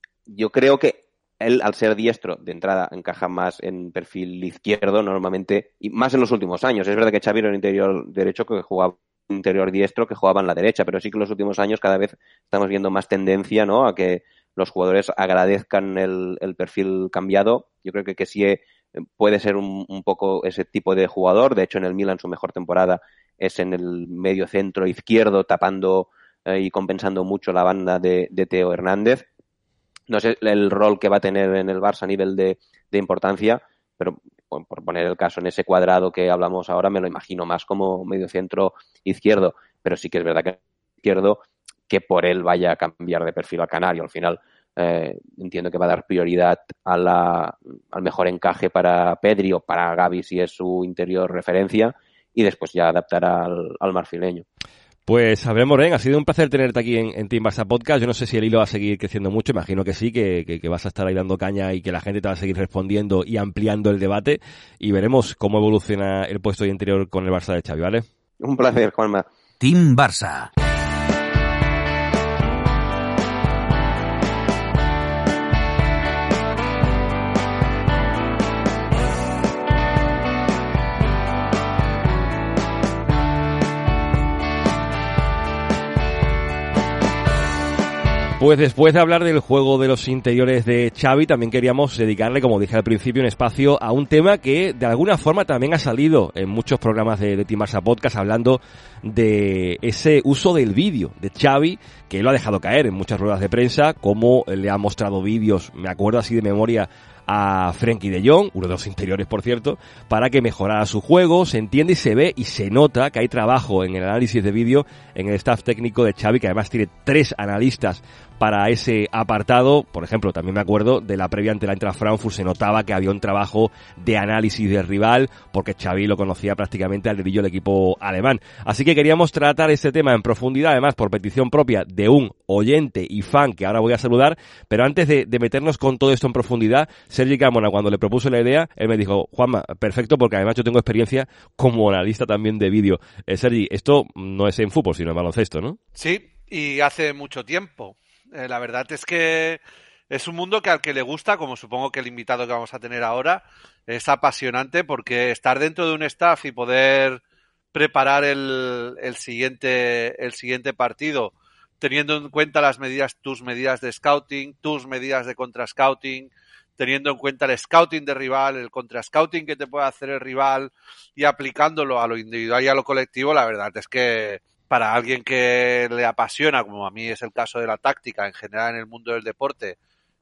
Yo creo que él, al ser diestro, de entrada encaja más en perfil izquierdo normalmente, y más en los últimos años. Es verdad que Xavi era un interior derecho que jugaba interior diestro que jugaba en la derecha, pero sí que en los últimos años cada vez estamos viendo más tendencia, ¿no?, a que los jugadores agradezcan el, el perfil cambiado. Yo creo que Kessie puede ser un, un poco ese tipo de jugador. De hecho, en el Milan su mejor temporada es en el medio centro izquierdo, tapando eh, y compensando mucho la banda de, de Theo Hernández. No sé el rol que va a tener en el Barça a nivel de, de importancia, pero por, por poner el caso en ese cuadrado que hablamos ahora, me lo imagino más como medio centro izquierdo, pero sí que es verdad que izquierdo, que por él vaya a cambiar de perfil al canario. Al final eh, entiendo que va a dar prioridad a la, al mejor encaje para Pedri o para Gavi si es su interior referencia, y después ya adaptará al, al marfileño. Pues Abraham Morén, ha sido un placer tenerte aquí en, en Team Barça Podcast. Yo no sé si el hilo va a seguir creciendo mucho, imagino que sí, que, que, que vas a estar ahí dando caña y que la gente te va a seguir respondiendo y ampliando el debate, y veremos cómo evoluciona el puesto de interior con el Barça de Xavi, ¿vale? Un placer, Juanma. Team Barça. Pues después de hablar del juego de los interiores de Xavi, también queríamos dedicarle, como dije al principio, un espacio a un tema que de alguna forma también ha salido en muchos programas de, de Team Barça Podcast, hablando de ese uso del vídeo de Xavi, que lo ha dejado caer en muchas ruedas de prensa, como le ha mostrado vídeos, me acuerdo así de memoria, a Frenkie de Jong, uno de los interiores por cierto, para que mejorara su juego. Se entiende y se ve y se nota que hay trabajo en el análisis de vídeo en el staff técnico de Xavi, que además tiene tres analistas para ese apartado. Por ejemplo, también me acuerdo de la previa ante la Eintracht Frankfurt, se notaba que había un trabajo de análisis del rival, porque Xavi lo conocía prácticamente al dedillo el equipo alemán. Así que queríamos tratar este tema en profundidad, además por petición propia de un oyente y fan que ahora voy a saludar. Pero antes de, de meternos con todo esto en profundidad, Sergi Cámona, cuando le propuse la idea, él me dijo: Juanma, perfecto, porque además yo tengo experiencia como analista también de vídeo. Eh, Sergi, esto no es en fútbol, sino en baloncesto, ¿no? Sí, y hace mucho tiempo. Eh, la verdad es que es un mundo que al que le gusta, como supongo que el invitado que vamos a tener ahora, es apasionante, porque estar dentro de un staff y poder preparar el, el siguiente el siguiente partido, teniendo en cuenta las medidas, tus medidas de scouting, tus medidas de contra-scouting, teniendo en cuenta el scouting de rival, el contra-scouting que te puede hacer el rival y aplicándolo a lo individual y a lo colectivo, la verdad es que para alguien que le apasiona, como a mí es el caso de la táctica en general en el mundo del deporte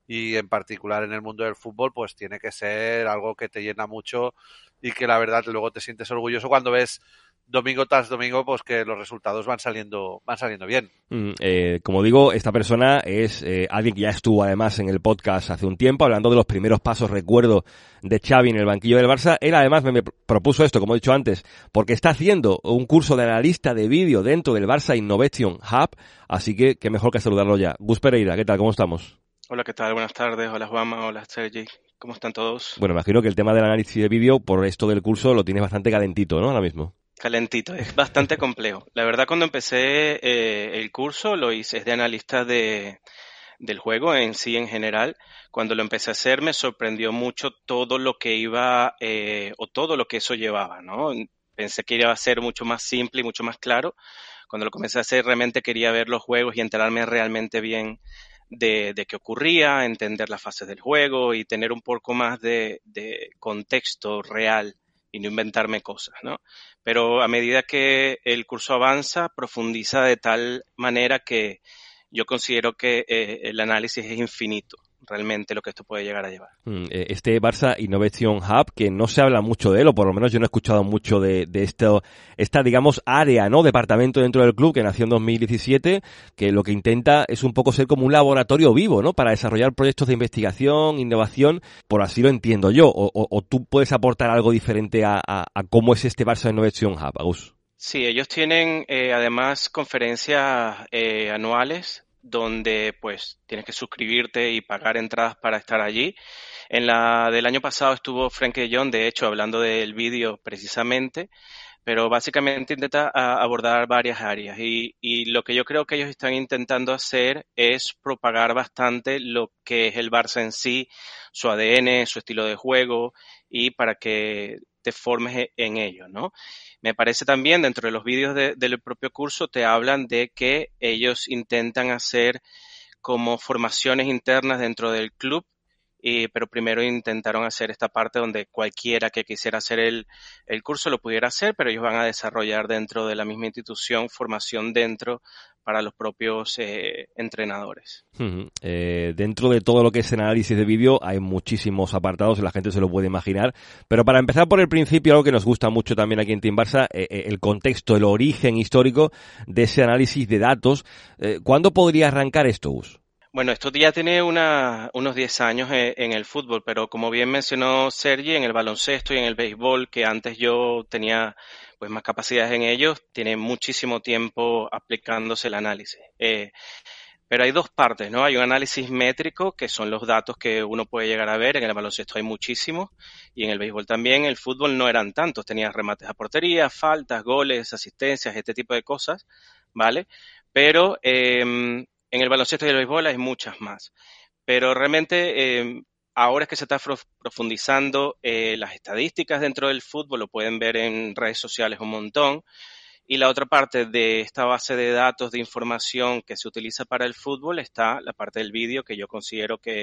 y en particular en el mundo del fútbol, pues tiene que ser algo que te llena mucho y que la verdad luego te sientes orgulloso cuando ves domingo tras domingo pues que los resultados van saliendo van saliendo bien. Mm, eh, como digo, esta persona es eh, alguien que ya estuvo además en el podcast hace un tiempo hablando de los primeros pasos, recuerdo, de Xavi en el banquillo del Barça. Él además me, me propuso esto, como he dicho antes, porque está haciendo un curso de analista de vídeo dentro del Barça Innovation Hub, así que qué mejor que saludarlo ya. Gus Pereira, ¿qué tal? ¿Cómo estamos? Hola, ¿qué tal? Buenas tardes. Hola, Juanma. Hola, Sergi. ¿Cómo están todos? Bueno, imagino que el tema del análisis de vídeo, por esto del curso, lo tienes bastante calentito, ¿no? Ahora mismo. Calentito, es bastante complejo. La verdad, cuando empecé eh, el curso, lo hice es de analista de, del juego en sí en general. Cuando lo empecé a hacer, me sorprendió mucho todo lo que iba, eh, o todo lo que eso llevaba, ¿no? Pensé que iba a ser mucho más simple y mucho más claro. Cuando lo comencé a hacer, realmente quería ver los juegos y enterarme realmente bien de, de qué ocurría, entender las fases del juego y tener un poco más de, de contexto real y no inventarme cosas, ¿no? Pero a medida que el curso avanza, profundiza de tal manera que yo considero que eh, el análisis es infinito, realmente lo que esto puede llegar a llevar. Este Barça Innovation Hub, que no se habla mucho de él, o por lo menos yo no he escuchado mucho de, de esto, esta, digamos, área, ¿no?, departamento dentro del club, que nació en dos mil diecisiete, que lo que intenta es un poco ser como un laboratorio vivo, ¿no?, para desarrollar proyectos de investigación, innovación, por así lo entiendo yo, o, o, o tú puedes aportar algo diferente a, a, a cómo es este Barça Innovation Hub, Agus. Sí, ellos tienen eh, además conferencias eh, anuales donde pues tienes que suscribirte y pagar entradas para estar allí. En la del año pasado estuvo Frenkie de Jong, de hecho, hablando del vídeo precisamente, pero básicamente intenta a, abordar varias áreas y, y lo que yo creo que ellos están intentando hacer es propagar bastante lo que es el Barça en sí, su A D N, su estilo de juego y para que te formes en ello, ¿no? Me parece también, dentro de los vídeos de, del propio curso, te hablan de que ellos intentan hacer como formaciones internas dentro del club, y, pero primero intentaron hacer esta parte donde cualquiera que quisiera hacer el, el curso lo pudiera hacer, pero ellos van a desarrollar dentro de la misma institución formación dentro para los propios eh, entrenadores. Uh-huh. Eh, dentro de todo lo que es el análisis de vídeo hay muchísimos apartados, la gente se lo puede imaginar, pero para empezar por el principio, algo que nos gusta mucho también aquí en Team Barça, eh, el contexto, el origen histórico de ese análisis de datos. Eh, ¿Cuándo podría arrancar esto, Gus? Bueno, esto ya tiene una, unos diez años en el fútbol, pero como bien mencionó Sergi, en el baloncesto y en el béisbol, que antes yo tenía pues más capacidades en ellos, tiene muchísimo tiempo aplicándose el análisis. Eh, pero hay dos partes, ¿no? Hay un análisis métrico, que son los datos que uno puede llegar a ver. En el baloncesto hay muchísimos, y en el béisbol también. En el fútbol no eran tantos, tenías remates a portería, faltas, goles, asistencias, este tipo de cosas, ¿vale? Pero eh, en el baloncesto y el béisbol hay muchas más. Pero realmente eh, ahora es que se está profundizando eh, las estadísticas dentro del fútbol, lo pueden ver en redes sociales un montón. Y la otra parte de esta base de datos de información que se utiliza para el fútbol está la parte del vídeo, que yo considero que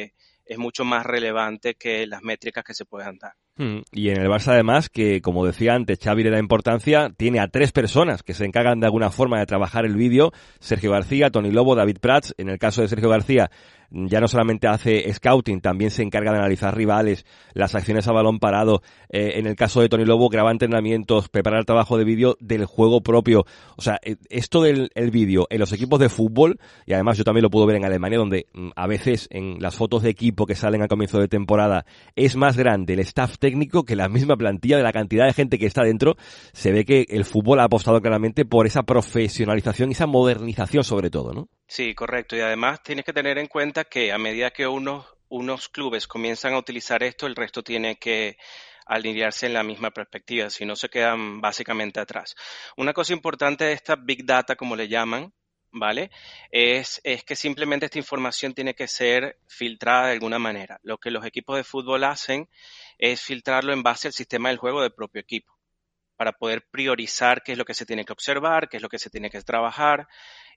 es mucho más relevante que las métricas que se puedan dar. Hmm. Y en el Barça, además, que como decía antes, Xavi le da importancia, tiene a tres personas que se encargan de alguna forma de trabajar el vídeo: Sergio García, Toni Lobo, David Prats. En el caso de Sergio García, ya no solamente hace scouting, también se encarga de analizar rivales, las acciones a balón parado. Eh, en el caso de Toni Lobo, graba entrenamientos, prepara el trabajo de vídeo del juego propio. O sea, esto del el vídeo en los equipos de fútbol, y además yo también lo puedo ver en Alemania, donde a veces en las fotos de equipo que salen a comienzo de temporada es más grande el staff técnico que la misma plantilla, de la cantidad de gente que está dentro. Se ve que el fútbol ha apostado claramente por esa profesionalización y esa modernización sobre todo, ¿no? Sí, correcto. Y además tienes que tener en cuenta que a medida que unos, unos clubes comienzan a utilizar esto, el resto tiene que alinearse en la misma perspectiva, si no se quedan básicamente atrás. Una cosa importante de esta Big Data, como le llaman, ¿vale? Es, es que simplemente esta información tiene que ser filtrada de alguna manera. Lo que los equipos de fútbol hacen es filtrarlo en base al sistema del juego del propio equipo, para poder priorizar qué es lo que se tiene que observar, qué es lo que se tiene que trabajar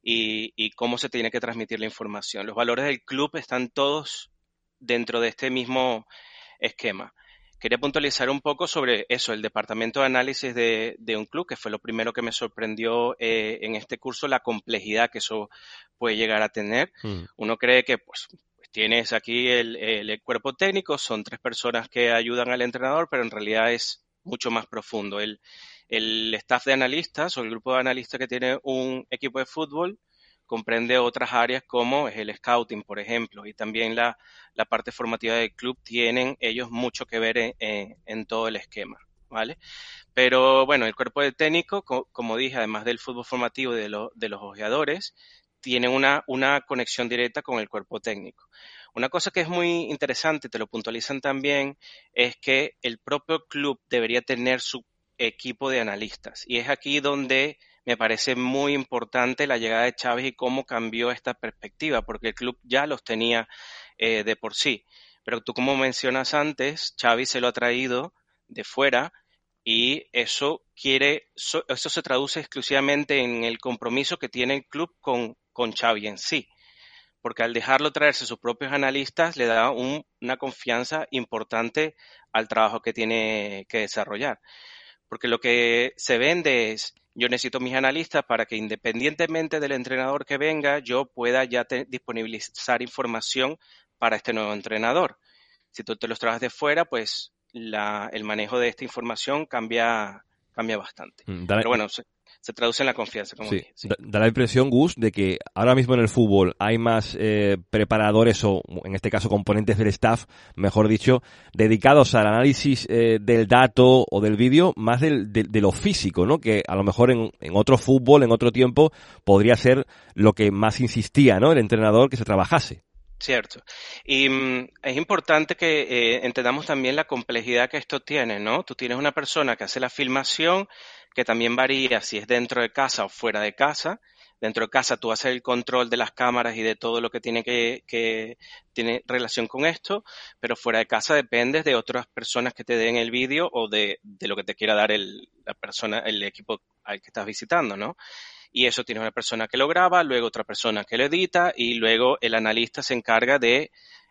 y, y cómo se tiene que transmitir la información. Los valores del club están todos dentro de este mismo esquema. Quería puntualizar un poco sobre eso, el departamento de análisis de, de un club, que fue lo primero que me sorprendió eh, en este curso, la complejidad que eso puede llegar a tener. Mm. Uno cree que pues, pues tienes aquí el, el, el cuerpo técnico, son tres personas que ayudan al entrenador, pero en realidad es mucho más profundo. El, el staff de analistas o el grupo de analistas que tiene un equipo de fútbol comprende otras áreas como es el scouting, por ejemplo, y también la, la parte formativa del club. Tienen ellos mucho que ver en, en, en todo el esquema, ¿vale? Pero bueno, el cuerpo de técnico, co como dije, además del fútbol formativo y de, lo, de los ojeadores, tiene una, una conexión directa con el cuerpo técnico. Una cosa que es muy interesante, te lo puntualizan también, es que el propio club debería tener su equipo de analistas. Y es aquí donde me parece muy importante la llegada de Xavi y cómo cambió esta perspectiva, porque el club ya los tenía eh, de por sí. Pero tú, como mencionas antes, Xavi se lo ha traído de fuera y eso quiere, eso, eso se traduce exclusivamente en el compromiso que tiene el club con, con Xavi en sí. Porque al dejarlo traerse sus propios analistas le da un, una confianza importante al trabajo que tiene que desarrollar. Porque lo que se vende es, yo necesito mis analistas para que independientemente del entrenador que venga, yo pueda ya te, disponibilizar información para este nuevo entrenador. Si tú te los traes de fuera, pues la, el manejo de esta información cambia, cambia bastante. Dale. Pero bueno, se, se traduce en la confianza, como sí. dije. Sí. Da, da la impresión, Gus, de que ahora mismo en el fútbol hay más eh, preparadores o, en este caso, componentes del staff, mejor dicho, dedicados al análisis eh, del dato o del vídeo, más del, de, de lo físico, ¿no? Que a lo mejor en, en otro fútbol, en otro tiempo, podría ser lo que más insistía, ¿no? El entrenador, que se trabajase. Cierto. Y mm, es importante que eh, entendamos también la complejidad que esto tiene, ¿no? Tú tienes una persona que hace la filmación, que también varía si es dentro de casa o fuera de casa. Dentro de casa tú haces el control de las cámaras y de todo lo que tiene que, que tiene relación con esto, pero fuera de casa dependes de otras personas que te den el vídeo o de, de lo que te quiera dar el, la persona, el equipo al que estás visitando, ¿no? Y eso tiene una persona que lo graba, luego otra persona que lo edita y luego el analista se encarga de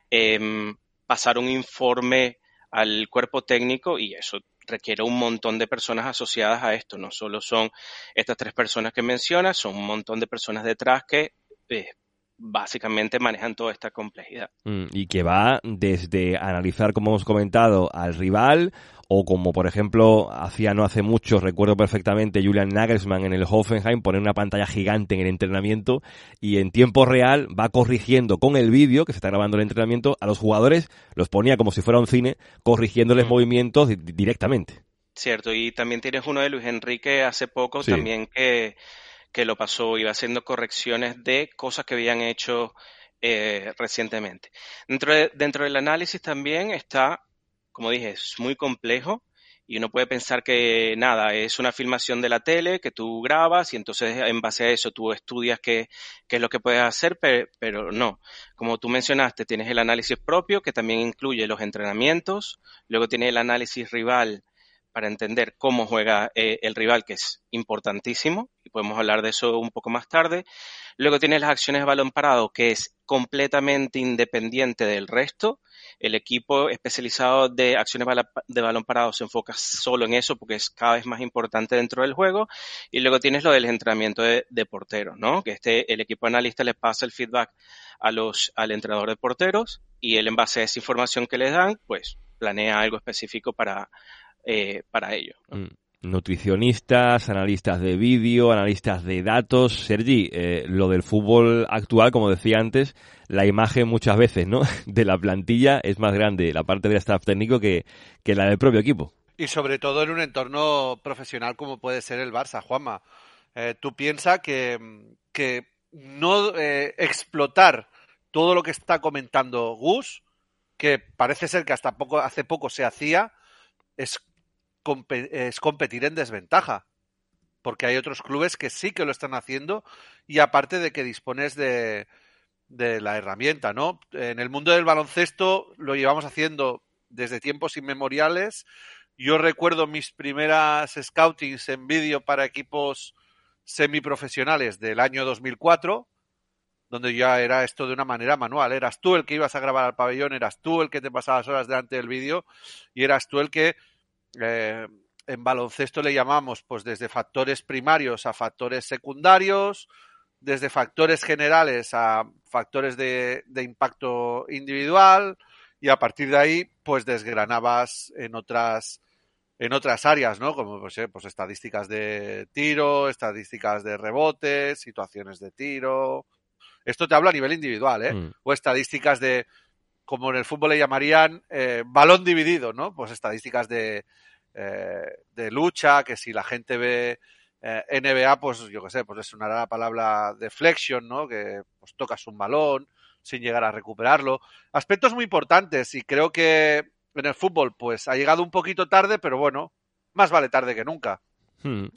eh, pasar un informe al cuerpo técnico y eso requiere un montón de personas asociadas a esto. No solo son estas tres personas que mencionas, son un montón de personas detrás que eh, básicamente manejan toda esta complejidad. Mm, y que va desde analizar, como hemos comentado, al rival, o como por ejemplo hacía no hace mucho, recuerdo perfectamente, Julian Nagelsmann en el Hoffenheim, poner una pantalla gigante en el entrenamiento y en tiempo real va corrigiendo con el vídeo que se está grabando el entrenamiento a los jugadores, los ponía como si fuera un cine, corrigiéndoles mm. movimientos di- directamente. Cierto, y también tienes uno de Luis Enrique hace poco sí. también que, que lo pasó, iba haciendo correcciones de cosas que habían hecho eh, recientemente. Dentro, de, dentro del análisis también está, como dije, es muy complejo y uno puede pensar que nada, es una filmación de la tele que tú grabas y entonces en base a eso tú estudias qué, qué es lo que puedes hacer, pero, pero no. Como tú mencionaste, tienes el análisis propio que también incluye los entrenamientos, luego tienes el análisis rival para entender cómo juega eh, el rival, que es importantísimo, y podemos hablar de eso un poco más tarde. Luego tienes las acciones de balón parado, que es completamente independiente del resto. El equipo especializado de acciones de balón parado se enfoca solo en eso porque es cada vez más importante dentro del juego. Y luego tienes lo del entrenamiento de, de porteros, ¿no? Que este, el equipo analista le pasa el feedback a los, al entrenador de porteros y él, en base a esa información que les dan, pues planea algo específico para, eh, para ello, ¿no? Mm. Nutricionistas, analistas de vídeo, analistas de datos. Sergi, eh, lo del fútbol actual, como decía antes, la imagen muchas veces, ¿no?, de la plantilla es más grande, la parte del staff técnico, que, que la del propio equipo. Y sobre todo en un entorno profesional como puede ser el Barça, Juanma. Eh, tú piensas que, que no eh, explotar todo lo que está comentando Gus, que parece ser que hasta poco hace poco se hacía, es es competir en desventaja, porque hay otros clubes que sí que lo están haciendo y aparte de que dispones de, de la herramienta, ¿no? En el mundo del baloncesto lo llevamos haciendo desde tiempos inmemoriales. Yo recuerdo mis primeras scoutings en vídeo para equipos semiprofesionales del año dos mil cuatro, donde ya era esto de una manera manual. Eras tú el que ibas a grabar al pabellón, eras tú el que te pasabas horas delante del vídeo y eras tú el que Eh, en baloncesto le llamamos pues desde factores primarios a factores secundarios, desde factores generales a factores de, de impacto individual, y a partir de ahí pues desgranabas en otras en otras áreas, ¿no? Como pues, eh, pues estadísticas de tiro, estadísticas de rebotes, situaciones de tiro. Esto te habla a nivel individual, ¿eh? Mm. O estadísticas de, como en el fútbol le llamarían, eh, balón dividido, ¿no? Pues estadísticas de, eh, de lucha, que si la gente ve eh, N B A, pues yo qué sé, pues le sonará la palabra deflection, ¿no? Que pues tocas un balón sin llegar a recuperarlo. Aspectos muy importantes, y creo que en el fútbol pues ha llegado un poquito tarde, pero bueno, más vale tarde que nunca. Hmm.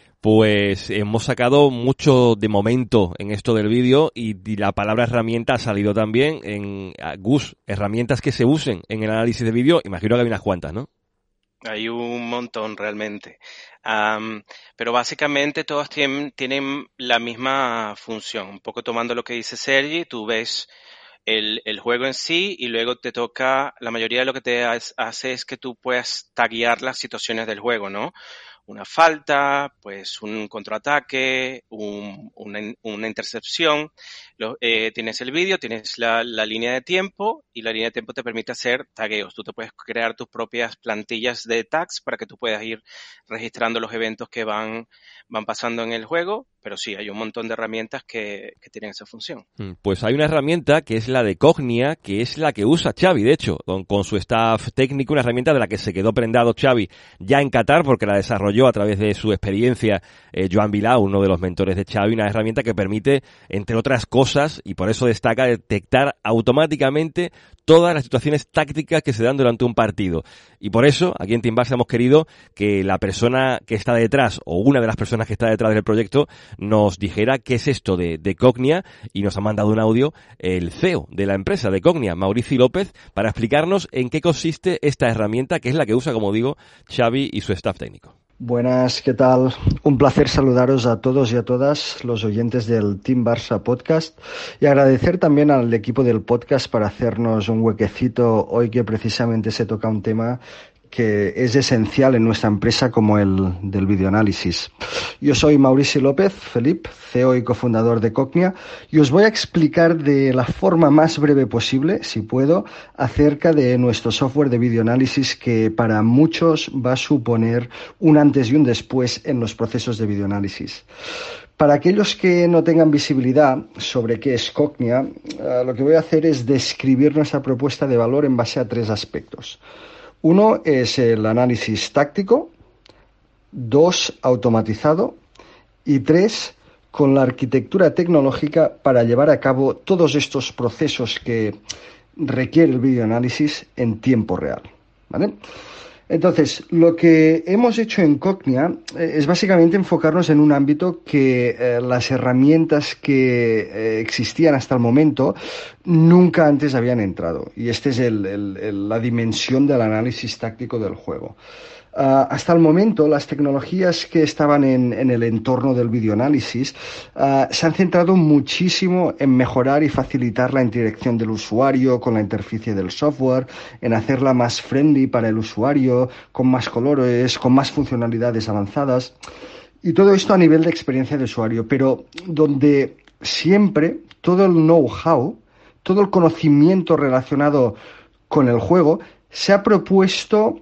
Pues hemos sacado mucho de momento en esto del vídeo y, y la palabra herramienta ha salido también en Gus, herramientas que se usen en el análisis de vídeo. Imagino que hay unas cuantas, ¿no? Hay un montón realmente, um, pero básicamente todas tienen, tienen la misma función. Un poco tomando lo que dice Sergi, tú ves el, el juego en sí y luego te toca, la mayoría de lo que te hace es que tú puedas taguear las situaciones del juego, ¿no? Una falta, pues un contraataque, un, una, una intercepción. Lo, eh, tienes el vídeo, tienes la, la línea de tiempo y la línea de tiempo te permite hacer tagueos. Tú te puedes crear tus propias plantillas de tags para que tú puedas ir registrando los eventos que van, van pasando en el juego, pero sí, hay un montón de herramientas que, que tienen esa función. Pues hay una herramienta que es la de Cognia, que es la que usa Xavi, de hecho, con, con su staff técnico, una herramienta de la que se quedó prendado Xavi ya en Qatar porque la desarrolló a través de su experiencia eh, Joan Vilau, uno de los mentores de Xavi, una herramienta que permite, entre otras cosas, y por eso destaca, detectar automáticamente todas las situaciones tácticas que se dan durante un partido. Y por eso, aquí en Team Barça hemos querido que la persona que está detrás, o una de las personas que está detrás del proyecto, nos dijera qué es esto de, de Cognia, y nos ha mandado un audio el C E O de la empresa de Cognia, Maurici López, para explicarnos en qué consiste esta herramienta, que es la que usa, como digo, Xavi y su staff técnico. Buenas, ¿qué tal? Un placer saludaros a todos y a todas los oyentes del Team Barça Podcast y agradecer también al equipo del podcast para hacernos un huequecito hoy que precisamente se toca un tema que es esencial en nuestra empresa como el del videoanálisis. Yo soy Maurici López, Felip, C E O y cofundador de Cognia, y os voy a explicar de la forma más breve posible, si puedo, acerca de nuestro software de videoanálisis que para muchos va a suponer un antes y un después en los procesos de videoanálisis. Para aquellos que no tengan visibilidad sobre qué es Cognia, uh, lo que voy a hacer es describir nuestra propuesta de valor en base a tres aspectos. Uno es el análisis táctico, dos, automatizado, y tres, con la arquitectura tecnológica para llevar a cabo todos estos procesos que requiere el videoanálisis en tiempo real, ¿vale? Entonces, lo que hemos hecho en Cognia eh, es básicamente enfocarnos en un ámbito que eh, las herramientas que eh, existían hasta el momento nunca antes habían entrado. Y esta es el, el, el, la dimensión del análisis táctico del juego. Uh, hasta el momento, las tecnologías que estaban en, en el entorno del videoanálisis uh, se han centrado muchísimo en mejorar y facilitar la interacción del usuario con la interfaz del software, en hacerla más friendly para el usuario, con más colores, con más funcionalidades avanzadas. Y todo esto a nivel de experiencia de usuario, pero donde siempre todo el know-how, todo el conocimiento relacionado con el juego se ha propuesto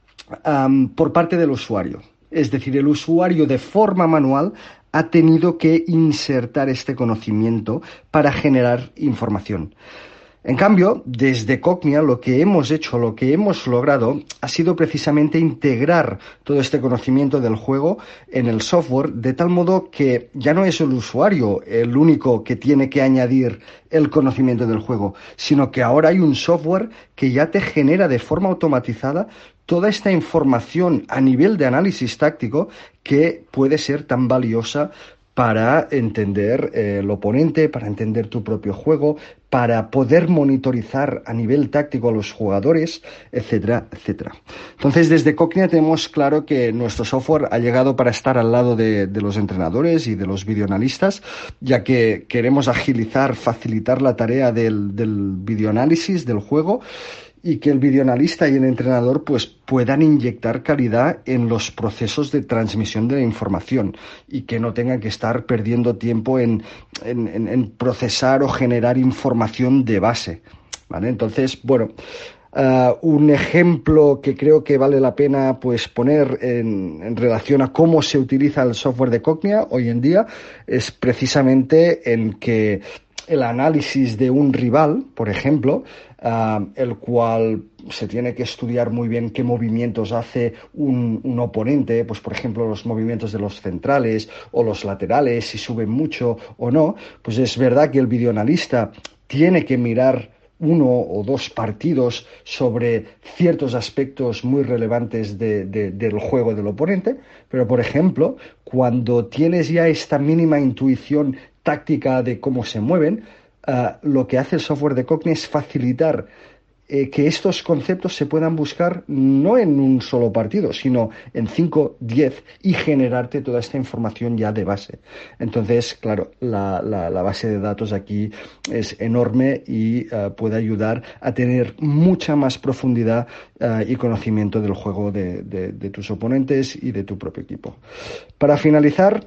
Um, por parte del usuario. Es decir, el usuario de forma manual ha tenido que insertar este conocimiento para generar información. En cambio, desde Cognia lo que hemos hecho, lo que hemos logrado, ha sido precisamente integrar todo este conocimiento del juego en el software, de tal modo que ya no es el usuario el único que tiene que añadir el conocimiento del juego, sino que ahora hay un software que ya te genera de forma automatizada toda esta información a nivel de análisis táctico que puede ser tan valiosa para entender eh, el oponente, para entender tu propio juego, para poder monitorizar a nivel táctico a los jugadores, etcétera, etcétera. Entonces, desde Cognia tenemos claro que nuestro software ha llegado para estar al lado de, de los entrenadores y de los videoanalistas, ya que queremos agilizar, facilitar la tarea del, del videoanálisis del juego, y que el videoanalista y el entrenador pues puedan inyectar calidad en los procesos de transmisión de la información y que no tengan que estar perdiendo tiempo en, en, en, en procesar o generar información de base, ¿vale? Entonces, bueno, uh, un ejemplo que creo que vale la pena pues poner en, en relación a cómo se utiliza el software de Cognia hoy en día es precisamente en que el análisis de un rival, por ejemplo, uh, el cual se tiene que estudiar muy bien qué movimientos hace un, un oponente, pues por ejemplo los movimientos de los centrales o los laterales, si suben mucho o no, pues es verdad que el videoanalista tiene que mirar uno o dos partidos sobre ciertos aspectos muy relevantes de, de, del juego del oponente, pero por ejemplo, cuando tienes ya esta mínima intuición táctica de cómo se mueven, uh, lo que hace el software de Cognia es facilitar eh, que estos conceptos se puedan buscar no en un solo partido, sino en cinco, diez y generarte toda esta información ya de base. Entonces, claro, la, la, la base de datos aquí es enorme y uh, puede ayudar a tener mucha más profundidad uh, y conocimiento del juego de, de, de tus oponentes y de tu propio equipo. Para finalizar,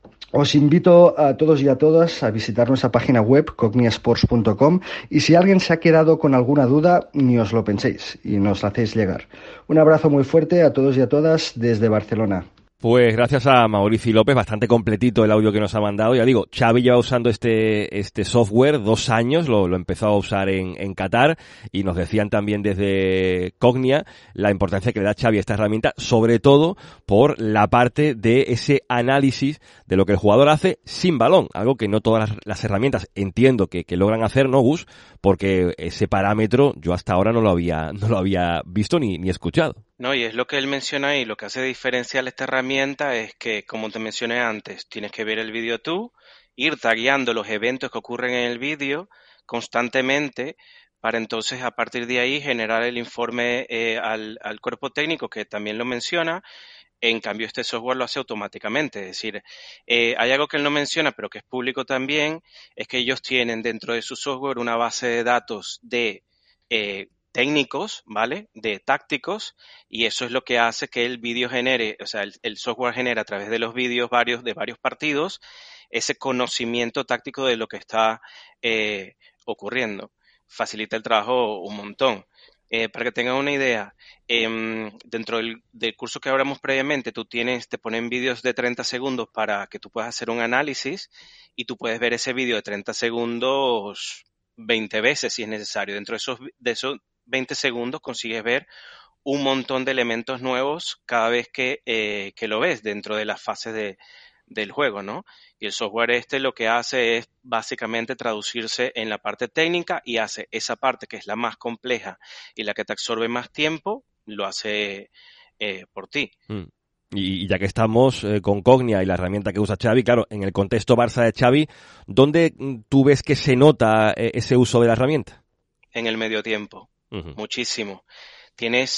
os invito a todos y a todas a visitar nuestra página web, cognia sports punto com, y si alguien se ha quedado con alguna duda, ni os lo penséis y nos la hacéis llegar. Un abrazo muy fuerte a todos y a todas desde Barcelona. Pues gracias a Mauricio López, bastante completito el audio que nos ha mandado. Ya digo, Xavi lleva usando este este software dos años, lo, lo empezó a usar en, en Qatar, y nos decían también desde Cognia la importancia que le da Xavi a esta herramienta, sobre todo por la parte de ese análisis de lo que el jugador hace sin balón, algo que no todas las, las herramientas entiendo que, que logran hacer, ¿no, Gus? Porque ese parámetro yo hasta ahora no lo había no lo había visto ni, ni escuchado. No, y es lo que él menciona y lo que hace diferencial esta herramienta es que, como te mencioné antes, tienes que ver el vídeo tú, ir tagueando los eventos que ocurren en el vídeo constantemente para entonces a partir de ahí generar el informe eh, al, al cuerpo técnico que también lo menciona. En cambio, este software lo hace automáticamente. Es decir, eh, hay algo que él no menciona, pero que es público también, es que ellos tienen dentro de su software una base de datos de eh, técnicos, ¿vale? De tácticos, y eso es lo que hace que el vídeo genere, o sea, el, el software genera a través de los vídeos varios, de varios partidos, ese conocimiento táctico de lo que está eh, ocurriendo. Facilita el trabajo un montón. Eh, para que tengan una idea, eh, dentro del, del curso que hablamos previamente, tú tienes, te ponen vídeos de treinta segundos para que tú puedas hacer un análisis y tú puedes ver ese vídeo de treinta segundos veinte veces si es necesario. Dentro de esos, de esos veinte segundos consigues ver un montón de elementos nuevos cada vez que, eh, que lo ves dentro de las fases de, del juego, ¿no? Y el software este lo que hace es básicamente traducirse en la parte técnica y hace esa parte que es la más compleja y la que te absorbe más tiempo, lo hace eh, por ti. Mm. Y ya que estamos eh, con Cognia y la herramienta que usa Xavi, claro, en el contexto Barça de Xavi, ¿dónde tú ves que se nota eh, ese uso de la herramienta? En el medio tiempo, uh-huh. Muchísimo. Tienes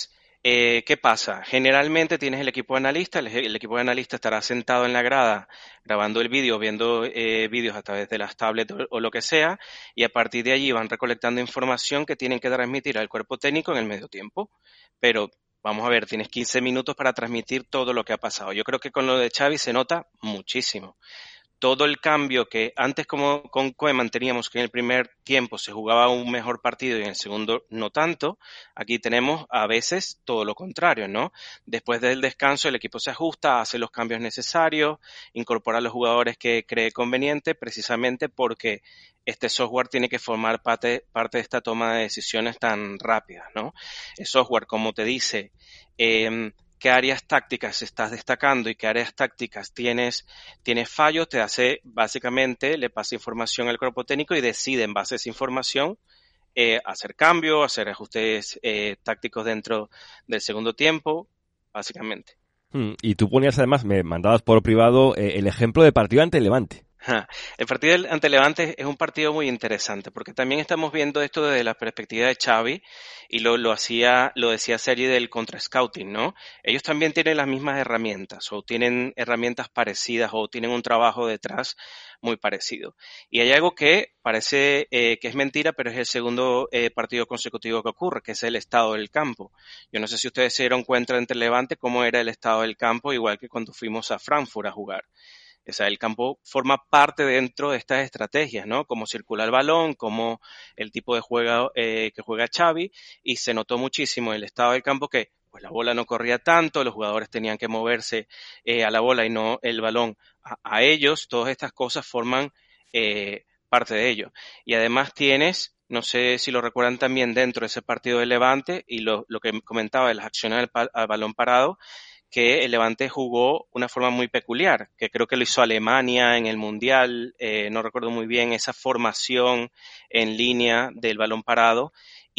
Eh, ¿Qué pasa? Generalmente tienes el equipo de analistas, el, el equipo de analistas estará sentado en la grada grabando el vídeo, viendo eh, vídeos a través de las tablets o, o lo que sea, y a partir de allí van recolectando información que tienen que transmitir al cuerpo técnico en el medio tiempo. Pero vamos a ver, tienes quince minutos para transmitir todo lo que ha pasado. Yo creo que con lo de Xavi se nota muchísimo. Todo el cambio que antes como con Koeman teníamos que en el primer tiempo se jugaba un mejor partido y en el segundo no tanto, aquí tenemos a veces todo lo contrario, ¿no? Después del descanso el equipo se ajusta, hace los cambios necesarios, incorpora a los jugadores que cree conveniente, precisamente porque este software tiene que formar parte, parte de esta toma de decisiones tan rápidas, ¿no? El software, como te dice, eh, qué áreas tácticas estás destacando y qué áreas tácticas tienes, tienes fallos, te hace, básicamente, le pasa información al cuerpo técnico y decide en base a esa información eh, hacer cambios, hacer ajustes eh, tácticos dentro del segundo tiempo, básicamente. Hmm, y tú ponías, además, me mandabas por privado eh, el ejemplo de partido ante el Levante. El partido ante Levante es un partido muy interesante porque también estamos viendo esto desde la perspectiva de Xavi y lo, lo hacía, lo decía Sergi del contra-scouting, ¿no? Ellos también tienen las mismas herramientas o tienen herramientas parecidas o tienen un trabajo detrás muy parecido. Y hay algo que parece eh, que es mentira, pero es el segundo eh, partido consecutivo que ocurre, que es el estado del campo. Yo no sé si ustedes se dieron cuenta entre Levante cómo era el estado del campo, igual que cuando fuimos a Frankfurt a jugar. O sea, el campo forma parte dentro de estas estrategias, ¿no? Cómo circula el balón, cómo el tipo de juego eh, que juega Xavi, y se notó muchísimo en el estado del campo que pues la bola no corría tanto, los jugadores tenían que moverse eh, a la bola y no el balón a, a ellos. Todas estas cosas forman eh, parte de ello. Y además tienes, no sé si lo recuerdan también dentro de ese partido de Levante, y lo, lo que comentaba de las acciones al, pa- al balón parado, que el Levante jugó una forma muy peculiar, que creo que lo hizo Alemania en el Mundial, eh, no recuerdo muy bien, esa formación en línea del balón parado,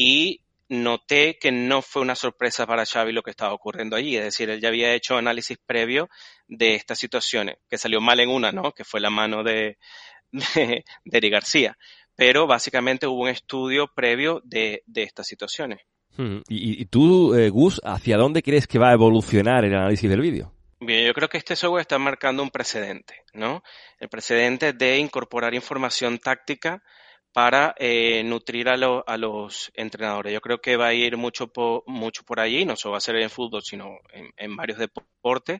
y noté que no fue una sorpresa para Xavi lo que estaba ocurriendo allí, es decir, él ya había hecho análisis previo de estas situaciones, que salió mal en una, ¿no? Que fue la mano de, de, de Eric García, pero básicamente hubo un estudio previo de, de estas situaciones. Hmm. Y, y tú, eh, Gus, ¿hacia dónde crees que va a evolucionar el análisis del vídeo? Bien, yo creo que este software está marcando un precedente, ¿no? El precedente de incorporar información táctica para eh, nutrir a, lo, a los entrenadores. Yo creo que va a ir mucho por, mucho por allí, no solo va a ser en fútbol, sino en, en varios deportes.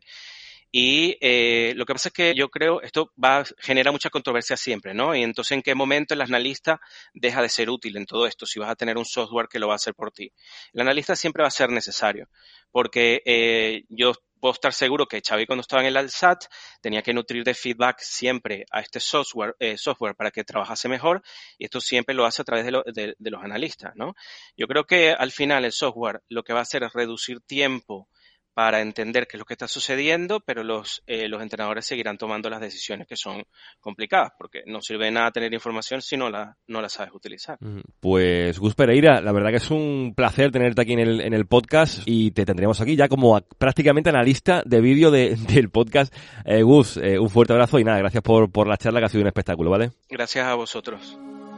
Y eh, lo que pasa es que yo creo esto va a generar mucha controversia siempre, ¿no? Y entonces, ¿en qué momento el analista deja de ser útil en todo esto si vas a tener un software que lo va a hacer por ti? El analista siempre va a ser necesario, porque eh, yo puedo estar seguro que Xavi, cuando estaba en el Al-Sadd, tenía que nutrir de feedback siempre a este software, eh, software para que trabajase mejor, y esto siempre lo hace a través de, lo, de, de los analistas, ¿no? Yo creo que al final el software lo que va a hacer es reducir tiempo para entender qué es lo que está sucediendo, pero los, eh, los entrenadores seguirán tomando las decisiones que son complicadas, porque no sirve de nada tener información si no la, no la sabes utilizar. Pues Gus Pereira, la verdad que es un placer tenerte aquí en el, en el podcast, y te tendremos aquí ya como a, prácticamente analista de vídeo de, del podcast. Eh, Gus, eh, un fuerte abrazo y nada, gracias por, por la charla, que ha sido un espectáculo, ¿vale? Gracias a vosotros.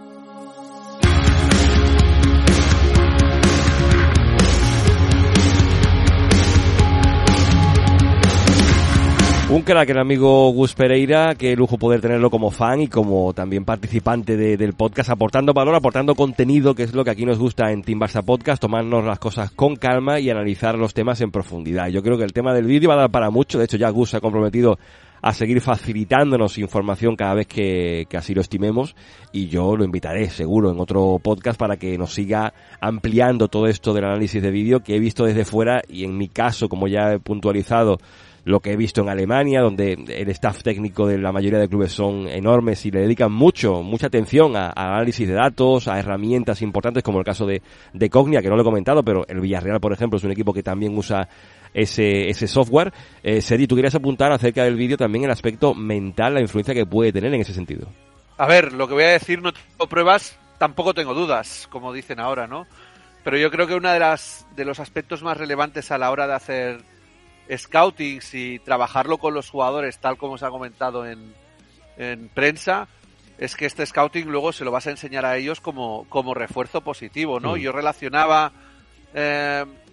Un crack, el amigo Gus Pereira, qué lujo poder tenerlo como fan y como también participante de, del podcast, aportando valor, aportando contenido, que es lo que aquí nos gusta en Team Barça Podcast, tomarnos las cosas con calma y analizar los temas en profundidad. Yo creo que el tema del vídeo va a dar para mucho, de hecho ya Gus se ha comprometido a seguir facilitándonos información cada vez que, que así lo estimemos, y yo lo invitaré seguro en otro podcast para que nos siga ampliando todo esto del análisis de vídeo que he visto desde fuera, y en mi caso, como ya he puntualizado, lo que he visto en Alemania, donde el staff técnico de la mayoría de clubes son enormes y le dedican mucho, mucha atención a, a análisis de datos, a herramientas importantes como el caso de, de Cognia, que no lo he comentado, pero el Villarreal, por ejemplo, es un equipo que también usa ese, ese software. Eh, Seri, tú querías apuntar acerca del vídeo también el aspecto mental, la influencia que puede tener en ese sentido. A ver, lo que voy a decir, no tengo pruebas, tampoco tengo dudas, como dicen ahora, ¿no? Pero yo creo que una de las de los aspectos más relevantes a la hora de hacer scouting y trabajarlo con los jugadores, tal como se ha comentado en, en prensa, es que este scouting luego se lo vas a enseñar a ellos como, como refuerzo positivo, ¿no? Mm. Yo relacionaba eh,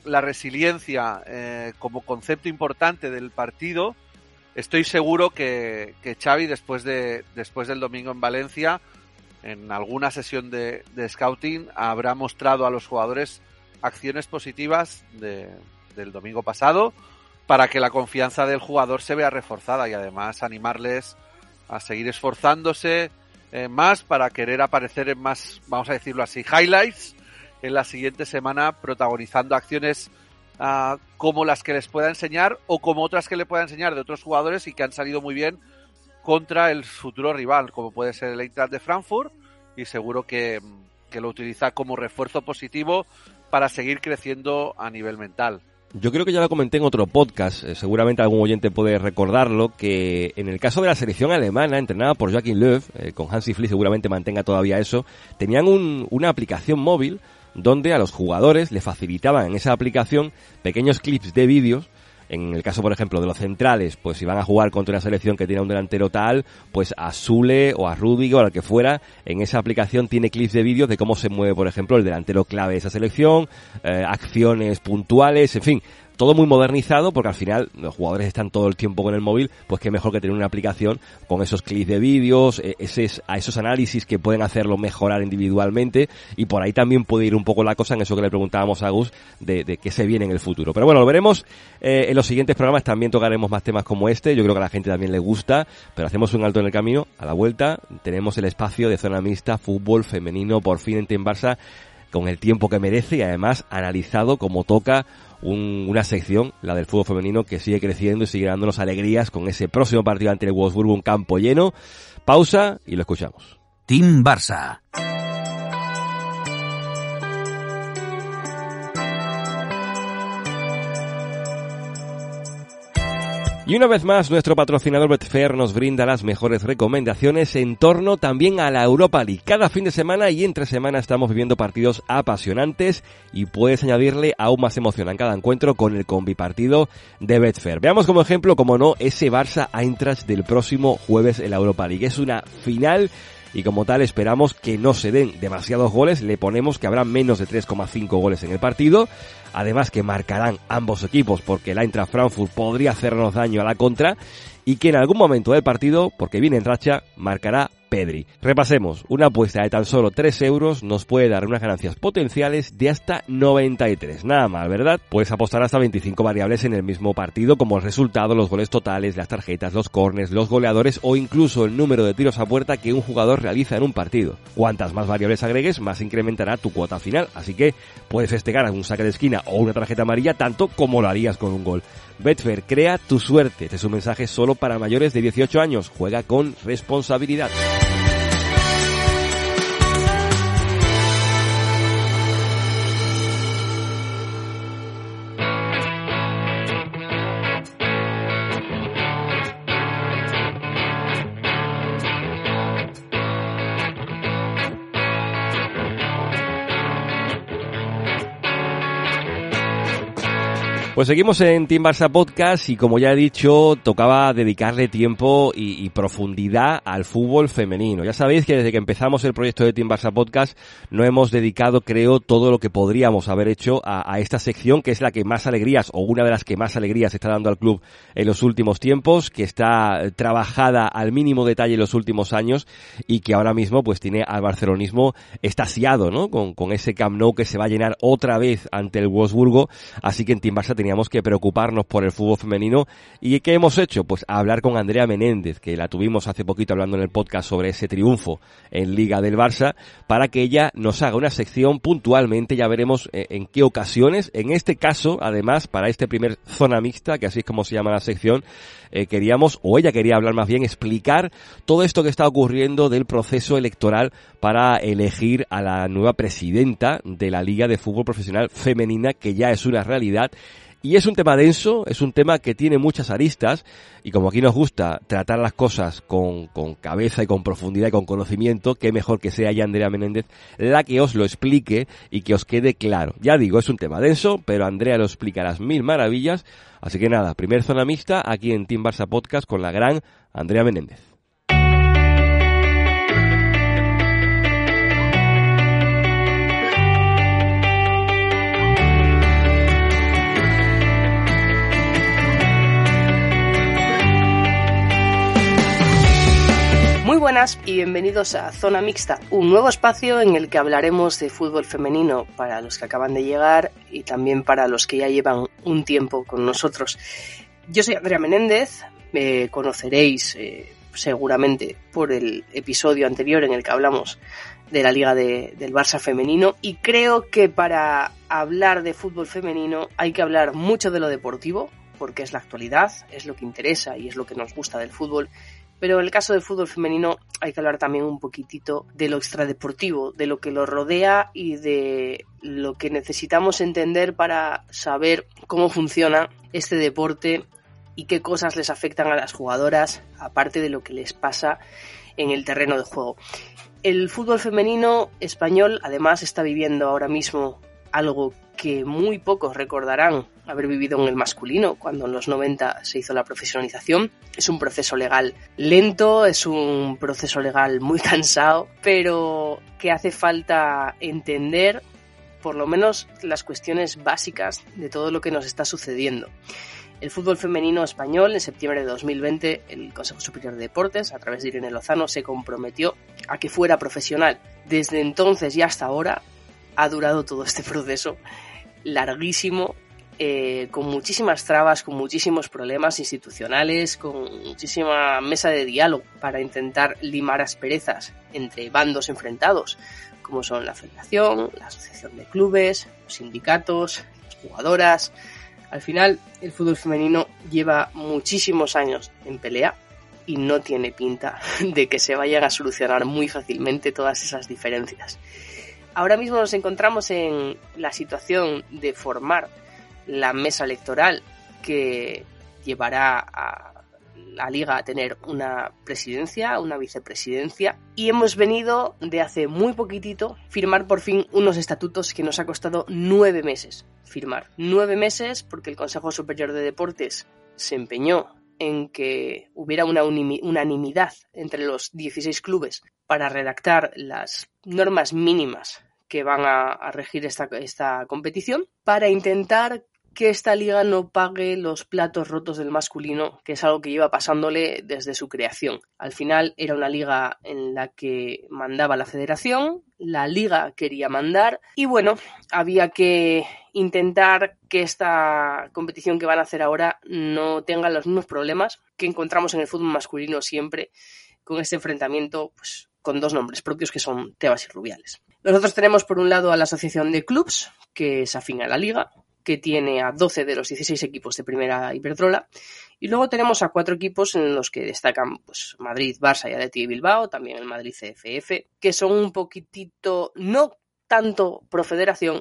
la resiliencia eh, como concepto importante del partido, estoy seguro que, que Xavi, después de después del domingo en Valencia, en alguna sesión de, de scouting, habrá mostrado a los jugadores acciones positivas de, del domingo pasado para que la confianza del jugador se vea reforzada y además animarles a seguir esforzándose eh, más para querer aparecer en más, vamos a decirlo así, highlights en la siguiente semana, protagonizando acciones uh, como las que les pueda enseñar o como otras que le pueda enseñar de otros jugadores y que han salido muy bien contra el futuro rival, como puede ser el Eintracht de Frankfurt, y seguro que, que lo utiliza como refuerzo positivo para seguir creciendo a nivel mental. Yo creo que ya lo comenté en otro podcast, eh, seguramente algún oyente puede recordarlo, que en el caso de la selección alemana, entrenada por Joachim Löw, eh, con Hansi Flick seguramente mantenga todavía eso, tenían un, una aplicación móvil donde a los jugadores le facilitaban en esa aplicación pequeños clips de vídeos. En el caso, por ejemplo, de los centrales, pues si van a jugar contra una selección que tiene un delantero tal, pues a Zule o a Rüdiger o al que fuera, en esa aplicación tiene clips de vídeos de cómo se mueve, por ejemplo, el delantero clave de esa selección, eh, acciones puntuales, en fin, todo muy modernizado, porque al final los jugadores están todo el tiempo con el móvil, pues qué mejor que tener una aplicación con esos clips de vídeos, ese, a esos análisis que pueden hacerlo mejorar individualmente, y por ahí también puede ir un poco la cosa en eso que le preguntábamos a Gus, de, de qué se viene en el futuro. Pero bueno, lo veremos eh, en los siguientes programas, también tocaremos más temas como este, yo creo que a la gente también le gusta, pero hacemos un alto en el camino, a la vuelta tenemos el espacio de Zona Mixta, fútbol femenino, por fin en Team Barça, con el tiempo que merece y además analizado como toca un, una sección, la del fútbol femenino, que sigue creciendo y sigue dándonos alegrías con ese próximo partido ante el Wolfsburgo, un campo lleno. Pausa y lo escuchamos. Team Barça. Y una vez más, nuestro patrocinador Betfair nos brinda las mejores recomendaciones en torno también a la Europa League. Cada fin de semana y entre semana estamos viviendo partidos apasionantes y puedes añadirle aún más emoción a cada encuentro con el combipartido de Betfair. Veamos como ejemplo, como no, ese Barça-Eintracht del próximo jueves en la Europa League. Es una final y como tal esperamos que no se den demasiados goles. Le ponemos que habrá menos de tres coma cinco goles en el partido. Además que marcarán ambos equipos porque el Eintracht Frankfurt podría hacernos daño a la contra y que en algún momento del partido, porque viene en racha, marcará Pedri. Repasemos, una apuesta de tan solo tres euros nos puede dar unas ganancias potenciales de hasta noventa y tres. Nada mal, ¿verdad? Puedes apostar hasta veinticinco variables en el mismo partido, como el resultado, los goles totales, las tarjetas, los corners, los goleadores o incluso el número de tiros a puerta que un jugador realiza en un partido. Cuantas más variables agregues, más incrementará tu cuota final, así que puedes festejar un saque de esquina o una tarjeta amarilla tanto como lo harías con un gol. Betfair, crea tu suerte. Este es un mensaje solo para mayores de dieciocho años. Juega con responsabilidad. Pues seguimos en Team Barça Podcast y como ya he dicho, tocaba dedicarle tiempo y, y profundidad al fútbol femenino. Ya sabéis que desde que empezamos el proyecto de Team Barça Podcast no hemos dedicado, creo, todo lo que podríamos haber hecho a, a esta sección, que es la que más alegrías, o una de las que más alegrías está dando al club en los últimos tiempos, que está trabajada al mínimo detalle en los últimos años y que ahora mismo pues tiene al barcelonismo extasiado, ¿no? Con, con ese Camp Nou que se va a llenar otra vez ante el Wolfsburgo. Así que en Team Barça teníamos que preocuparnos por el fútbol femenino. ¿Y qué hemos hecho? Pues hablar con Andrea Menéndez, que la tuvimos hace poquito hablando en el podcast sobre ese triunfo en Liga del Barça, para que ella nos haga una sección puntualmente. Ya veremos en qué ocasiones. En este caso, además, para este primer Zona Mixta, que así es como se llama la sección, eh, queríamos, o ella quería hablar más bien, explicar todo esto que está ocurriendo del proceso electoral para elegir a la nueva presidenta de la Liga de Fútbol Profesional Femenina, que ya es una realidad. Y es un tema denso, es un tema que tiene muchas aristas y como aquí nos gusta tratar las cosas con, con cabeza y con profundidad y con conocimiento, qué mejor que sea ya Andrea Menéndez la que os lo explique y que os quede claro. Ya digo, es un tema denso, pero Andrea lo explica a las mil maravillas. Así que nada, primer Zona Mixta aquí en Team Barça Podcast con la gran Andrea Menéndez. buenas y bienvenidos a Zona Mixta, un nuevo espacio en el que hablaremos de fútbol femenino para los que acaban de llegar y también para los que ya llevan un tiempo con nosotros. Yo soy Andrea Menéndez, me conoceréis eh, seguramente por el episodio anterior en el que hablamos de la Liga de, del Barça femenino, y creo que para hablar de fútbol femenino hay que hablar mucho de lo deportivo, porque es la actualidad, es lo que interesa y es lo que nos gusta del fútbol, pero en el caso del fútbol femenino hay que hablar también un poquitito de lo extradeportivo, de lo que lo rodea y de lo que necesitamos entender para saber cómo funciona este deporte y qué cosas les afectan a las jugadoras, aparte de lo que les pasa en el terreno de juego. El fútbol femenino español además está viviendo ahora mismo algo que muy pocos recordarán haber vivido en el masculino, cuando en los noventa se hizo la profesionalización. Es un proceso legal lento, es un proceso legal muy cansado, pero que hace falta entender por lo menos las cuestiones básicas de todo lo que nos está sucediendo. El fútbol femenino español, en septiembre de dos mil veinte, el Consejo Superior de Deportes, a través de Irene Lozano, se comprometió a que fuera profesional. Desde entonces y hasta ahora ha durado todo este proceso larguísimo, eh, con muchísimas trabas, con muchísimos problemas institucionales, con muchísima mesa de diálogo para intentar limar asperezas entre bandos enfrentados, como son la Federación, la Asociación de Clubes, los sindicatos, las jugadoras. Al final, el fútbol femenino lleva muchísimos años en pelea y no tiene pinta de que se vayan a solucionar muy fácilmente todas esas diferencias. Ahora mismo nos encontramos en la situación de formar la mesa electoral que llevará a la Liga a tener una presidencia, una vicepresidencia, y hemos venido de hace muy poquitito firmar por fin unos estatutos que nos ha costado nueve meses firmar. Nueve meses porque el Consejo Superior de Deportes se empeñó en que hubiera una unanimidad entre los dieciséis clubes para redactar las normas mínimas que van a, a regir esta, esta competición, para intentar que esta liga no pague los platos rotos del masculino, que es algo que lleva pasándole desde su creación. Al final era una liga en la que mandaba la federación, la liga quería mandar, y bueno, había que intentar que esta competición que van a hacer ahora no tenga los mismos problemas que encontramos en el fútbol masculino siempre, con este enfrentamiento pues, con dos nombres propios que son Tebas y Rubiales. Nosotros tenemos por un lado a la Asociación de Clubs, que es afín a la liga, que tiene a doce de los dieciséis equipos de Primera Iberdrola, y luego tenemos a cuatro equipos en los que destacan pues, Madrid, Barça y Athletic de Bilbao, también el Madrid C F F, que son un poquitito, no tanto pro federación,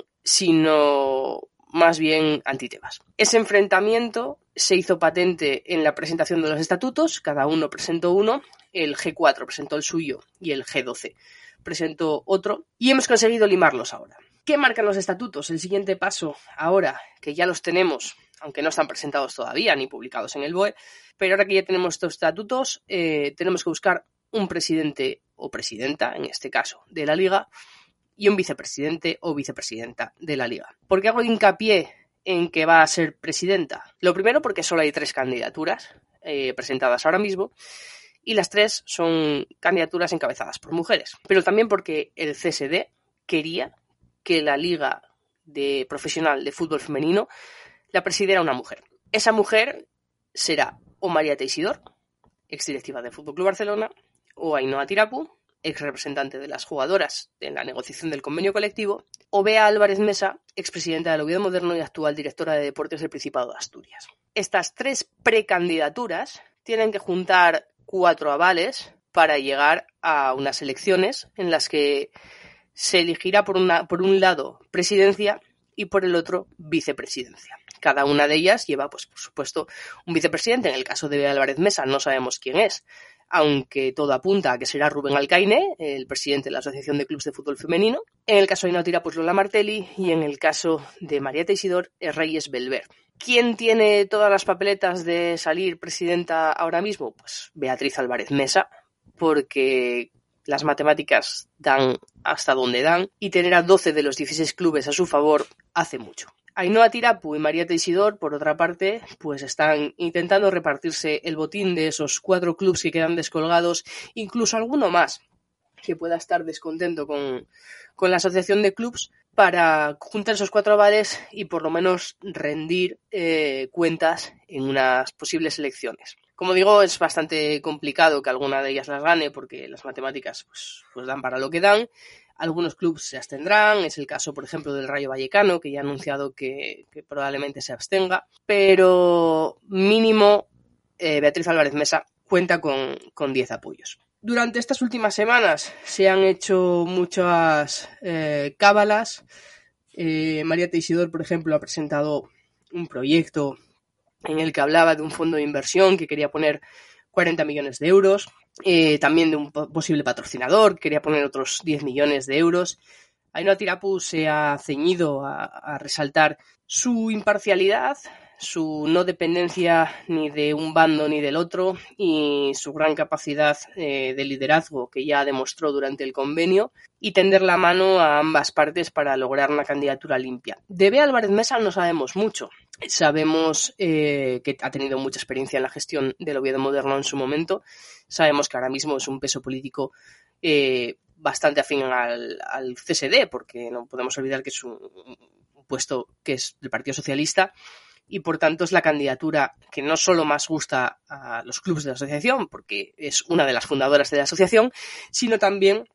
sino más bien anti-Tebas. Ese enfrentamiento se hizo patente en la presentación de los estatutos, cada uno presentó uno, el G cuatro presentó el suyo y el G doce presentó otro, y hemos conseguido limarlos ahora. ¿Qué marcan los estatutos? El siguiente paso, ahora que ya los tenemos, aunque no están presentados todavía ni publicados en el B O E, pero ahora que ya tenemos estos estatutos, eh, tenemos que buscar un presidente o presidenta, en este caso, de la Liga, y un vicepresidente o vicepresidenta de la Liga. ¿Por qué hago hincapié en que va a ser presidenta? Lo primero porque solo hay tres candidaturas eh, presentadas ahora mismo, y las tres son candidaturas encabezadas por mujeres. Pero también porque el C S D quería que la Liga de Profesional de Fútbol Femenino la presidiera una mujer. Esa mujer será o María Teixidor, exdirectiva del F C Barcelona, o Ainhoa Tirapu, ex representante de las jugadoras en la negociación del convenio colectivo, o Bea Álvarez Mesa, expresidenta del Oviedo Moderno y actual directora de deportes del Principado de Asturias. Estas tres precandidaturas tienen que juntar cuatro avales para llegar a unas elecciones en las que se elegirá por, una, por un lado presidencia y por el otro vicepresidencia. Cada una de ellas lleva, pues por supuesto, un vicepresidente. En el caso de Álvarez Mesa no sabemos quién es, aunque todo apunta a que será Rubén Alcaine, el presidente de la Asociación de Clubes de Fútbol Femenino. En el caso de Ainhoa Tirapu, pues Lola Martelli, y en el caso de María Teixidor, es Reyes Belver. ¿Quién tiene todas las papeletas de salir presidenta ahora mismo? Pues Beatriz Álvarez Mesa, porque las matemáticas dan hasta donde dan, y tener a doce de los dieciséis clubes a su favor hace mucho. Ainhoa Tirapu y María Teixidor, por otra parte, pues están intentando repartirse el botín de esos cuatro clubes que quedan descolgados, incluso alguno más que pueda estar descontento con, con la asociación de clubes, para juntar esos cuatro avales y por lo menos rendir eh, cuentas en unas posibles elecciones. Como digo, es bastante complicado que alguna de ellas las gane porque las matemáticas pues, pues dan para lo que dan. Algunos clubes se abstendrán, es el caso, por ejemplo, del Rayo Vallecano, que ya ha anunciado que, que probablemente se abstenga, pero mínimo eh, Beatriz Álvarez Mesa cuenta con, con diez apoyos. Durante estas últimas semanas se han hecho muchas eh, cábalas. Eh, María Teixidor, por ejemplo, ha presentado un proyecto en el que hablaba de un fondo de inversión que quería poner cuarenta millones de euros, eh, también de un posible patrocinador que quería poner otros diez millones de euros. Ainhoa Tirapu se ha ceñido a, a resaltar su imparcialidad, su no dependencia ni de un bando ni del otro y su gran capacidad eh, de liderazgo que ya demostró durante el convenio, y tender la mano a ambas partes para lograr una candidatura limpia. De Bea Álvarez Mesa no sabemos mucho. Sabemos eh, que ha tenido mucha experiencia en la gestión del Oviedo Moderno en su momento. Sabemos que ahora mismo es un peso político eh, bastante afín al, al C S D, porque no podemos olvidar que es un, un puesto que es del Partido Socialista, y por tanto es la candidatura que no solo más gusta a los clubes de la asociación, porque es una de las fundadoras de la asociación, sino también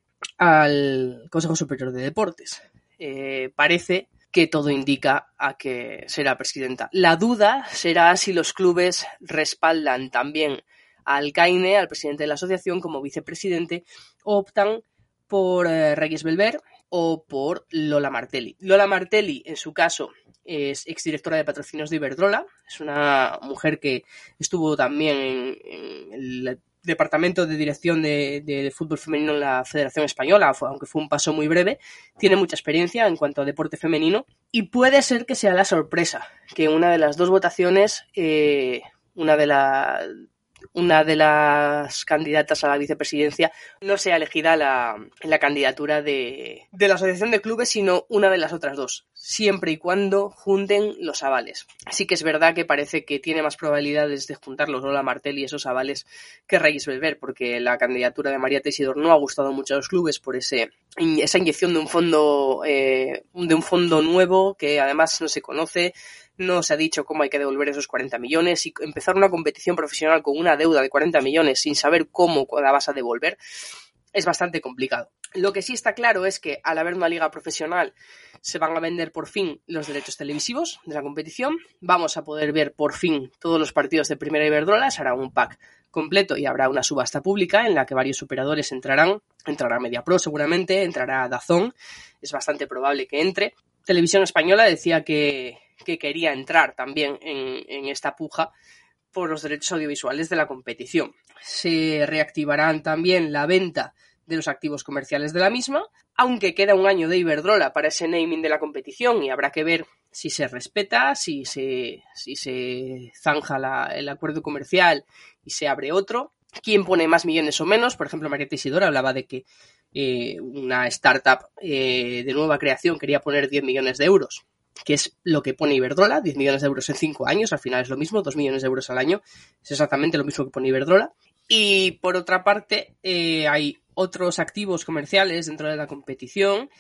al Consejo Superior de Deportes. Eh, parece que todo indica a que será presidenta. La duda será si los clubes respaldan también a Alcaine, al presidente de la asociación, como vicepresidente, o optan por eh, Reyes Belver o por Lola Martelli. Lola Martelli, en su caso, es exdirectora de patrocinios de Iberdrola. Es una mujer que estuvo también en, en el departamento de dirección de, de, de fútbol femenino en la Federación Española, aunque fue un paso muy breve. Tiene mucha experiencia en cuanto a deporte femenino y puede ser que sea la sorpresa que una de las dos votaciones, eh, una de las una de las candidatas a la vicepresidencia no sea elegida la, la candidatura de, de la asociación de clubes, sino una de las otras dos, siempre y cuando junten los avales. Así que es verdad que parece que tiene más probabilidades de juntarlos Lola Martelli y esos avales que Reyes Belver, porque la candidatura de María Teixidor no ha gustado mucho a los clubes por ese esa inyección de un fondo eh, de un fondo nuevo que además no se conoce. No se ha dicho cómo hay que devolver esos cuarenta millones, y empezar una competición profesional con una deuda de cuarenta millones sin saber cómo la vas a devolver es bastante complicado. Lo que sí está claro es que al haber una liga profesional se van a vender por fin los derechos televisivos de la competición, vamos a poder ver por fin todos los partidos de Primera Iberdrola, será un pack completo y habrá una subasta pública en la que varios operadores entrarán, entrará MediaPro seguramente, entrará DAZN, es bastante probable que entre. Televisión Española decía que que quería entrar también en, en esta puja por los derechos audiovisuales de la competición. Se reactivarán también la venta de los activos comerciales de la misma, aunque queda un año de Iberdrola para ese naming de la competición y habrá que ver si se respeta, si se, si se zanja la, el acuerdo comercial y se abre otro. ¿Quién pone más millones o menos? Por ejemplo, María Teixidor hablaba de que eh, una startup eh, de nueva creación quería poner diez millones de euros, que es lo que pone Iberdrola, diez millones de euros en cinco años, al final es lo mismo, dos millones de euros al año, es exactamente lo mismo que pone Iberdrola. Y por otra parte, eh, hay otros activos comerciales dentro de la competición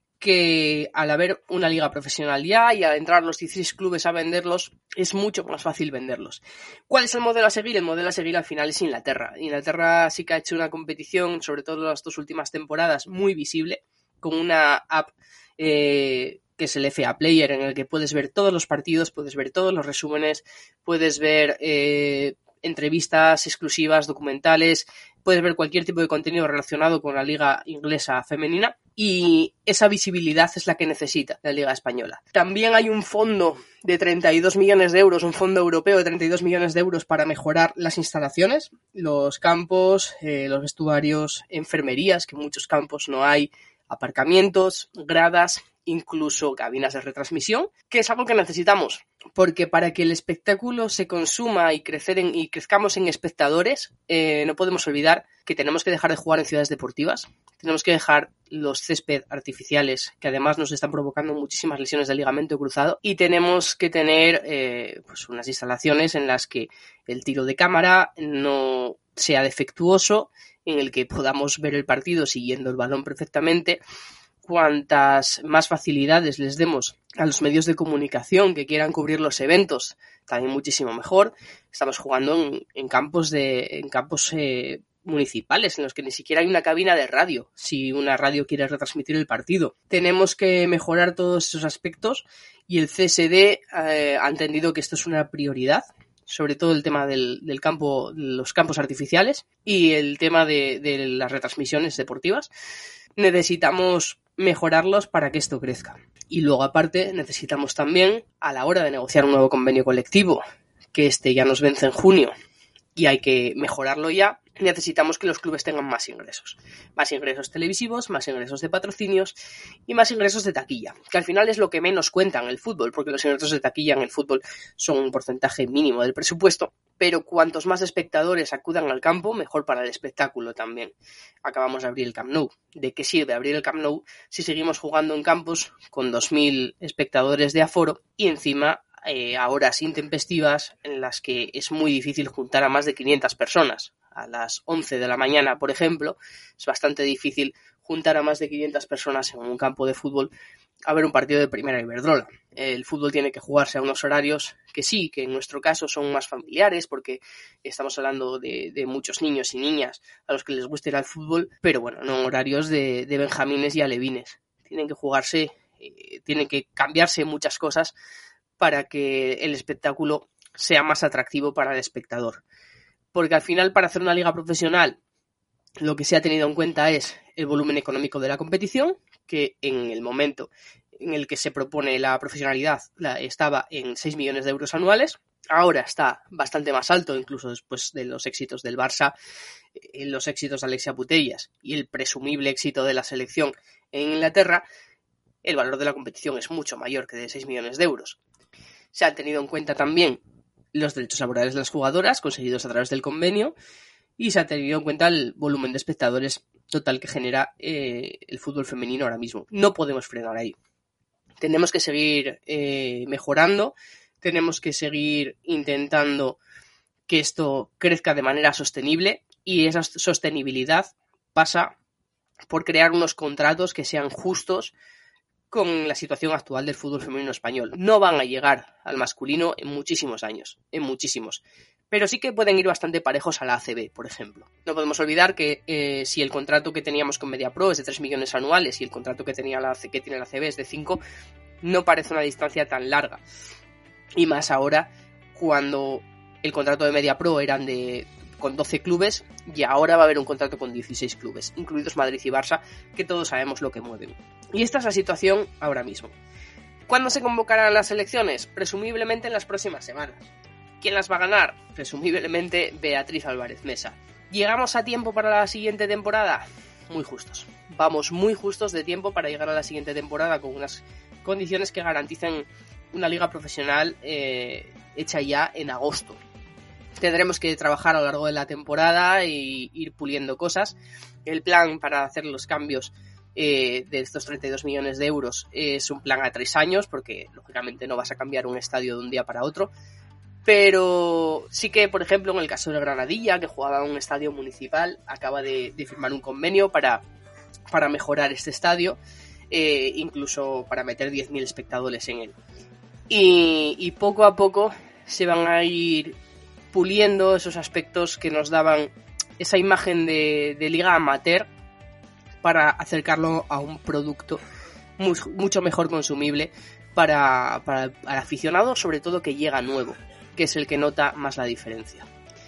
que al haber una liga profesional ya y al entrar los dieciséis clubes a venderlos, es mucho más fácil venderlos. ¿Cuál es el modelo a seguir? El modelo a seguir al final es Inglaterra. Inglaterra sí que ha hecho una competición, sobre todo las dos últimas temporadas, muy visible, con una app eh, que es el F A Player, en el que puedes ver todos los partidos, puedes ver todos los resúmenes, puedes ver eh, entrevistas exclusivas, documentales, puedes ver cualquier tipo de contenido relacionado con la liga inglesa femenina, y esa visibilidad es la que necesita la liga española. También hay un fondo de treinta y dos millones de euros, un fondo europeo de treinta y dos millones de euros para mejorar las instalaciones, los campos, eh, los vestuarios, enfermerías, que en muchos campos no hay, aparcamientos, gradas, incluso cabinas de retransmisión, que es algo que necesitamos, porque para que el espectáculo se consuma y crecer en, y crezcamos en espectadores, eh, no podemos olvidar que tenemos que dejar de jugar en ciudades deportivas, tenemos que dejar los césped artificiales, que además nos están provocando muchísimas lesiones del ligamento cruzado, y tenemos que tener eh, pues unas instalaciones en las que el tiro de cámara no sea defectuoso, en el que podamos ver el partido siguiendo el balón perfectamente. Cuantas más facilidades les demos a los medios de comunicación que quieran cubrir los eventos, también muchísimo mejor. Estamos jugando en, en campos de en campos eh, municipales en los que ni siquiera hay una cabina de radio si una radio quiere retransmitir el partido. Tenemos que mejorar todos esos aspectos y el C S D eh, ha entendido que esto es una prioridad, sobre todo el tema del, del campo, los campos artificiales y el tema de, de las retransmisiones deportivas. Necesitamos mejorarlos para que esto crezca. Y luego, aparte, necesitamos también, a la hora de negociar un nuevo convenio colectivo, que este ya nos vence en junio y hay que mejorarlo ya, necesitamos que los clubes tengan más ingresos. Más ingresos televisivos, más ingresos de patrocinios y más ingresos de taquilla, que al final es lo que menos cuenta en el fútbol, porque los ingresos de taquilla en el fútbol son un porcentaje mínimo del presupuesto, pero cuantos más espectadores acudan al campo, mejor para el espectáculo también. Acabamos de abrir el Camp Nou. ¿De qué sirve abrir el Camp Nou si seguimos jugando en campos con dos mil espectadores de aforo y encima eh, a horas intempestivas en las que es muy difícil juntar a más de quinientas personas? A las once de la mañana, por ejemplo, es bastante difícil juntar a más de quinientas personas en un campo de fútbol a ver un partido de Primera Iberdrola. El fútbol tiene que jugarse a unos horarios que sí, que en nuestro caso son más familiares, porque estamos hablando de, de muchos niños y niñas a los que les gusta ir al fútbol, pero bueno, no horarios de, de benjamines y alevines. Tienen que jugarse, eh, tienen que cambiarse muchas cosas para que el espectáculo sea más atractivo para el espectador. Porque al final, para hacer una liga profesional, lo que se ha tenido en cuenta es el volumen económico de la competición, que en el momento en el que se propone la profesionalidad la, estaba en seis millones de euros anuales. Ahora está bastante más alto, incluso después de los éxitos del Barça, eh, los éxitos de Alexia Putellas y el presumible éxito de la selección en Inglaterra. El valor de la competición es mucho mayor que de seis millones de euros. Se han tenido en cuenta también los derechos laborales de las jugadoras conseguidos a través del convenio y se ha tenido en cuenta el volumen de espectadores total que genera eh, el fútbol femenino ahora mismo. No podemos frenar ahí. Tenemos que seguir eh, mejorando, tenemos que seguir intentando que esto crezca de manera sostenible y esa sostenibilidad pasa por crear unos contratos que sean justos con la situación actual del fútbol femenino español. No van a llegar al masculino en muchísimos años, en muchísimos. Pero sí que pueden ir bastante parejos a la A C B, por ejemplo. No podemos olvidar que eh, si el contrato que teníamos con MediaPro es de tres millones anuales y el contrato que, tenía la, que tiene la A C B es de cinco, no parece una distancia tan larga. Y más ahora, cuando el contrato de MediaPro eran de con doce clubes y ahora va a haber un contrato con dieciséis clubes, incluidos Madrid y Barça, que todos sabemos lo que mueven. Y esta es la situación ahora mismo. ¿Cuándo se convocarán las elecciones? Presumiblemente en las próximas semanas. ¿Quién las va a ganar? Presumiblemente Beatriz Álvarez Mesa. ¿Llegamos a tiempo para la siguiente temporada? Muy justos. Vamos muy justos de tiempo para llegar a la siguiente temporada con unas condiciones que garanticen una liga profesional eh, hecha ya en agosto. Tendremos que trabajar a lo largo de la temporada y ir puliendo cosas. El plan para hacer los cambios eh, de estos treinta y dos millones de euros es un plan a tres años, porque lógicamente no vas a cambiar un estadio de un día para otro. Pero sí que, por ejemplo, en el caso de Granadilla, que jugaba en un estadio municipal, acaba de, de firmar un convenio para, para mejorar este estadio, eh, incluso para meter diez mil espectadores en él. Y, y poco a poco se van a ir puliendo esos aspectos que nos daban esa imagen de, de liga amateur para acercarlo a un producto muy, mucho mejor consumible para, para el aficionado, sobre todo que llega nuevo, que es el que nota más la diferencia.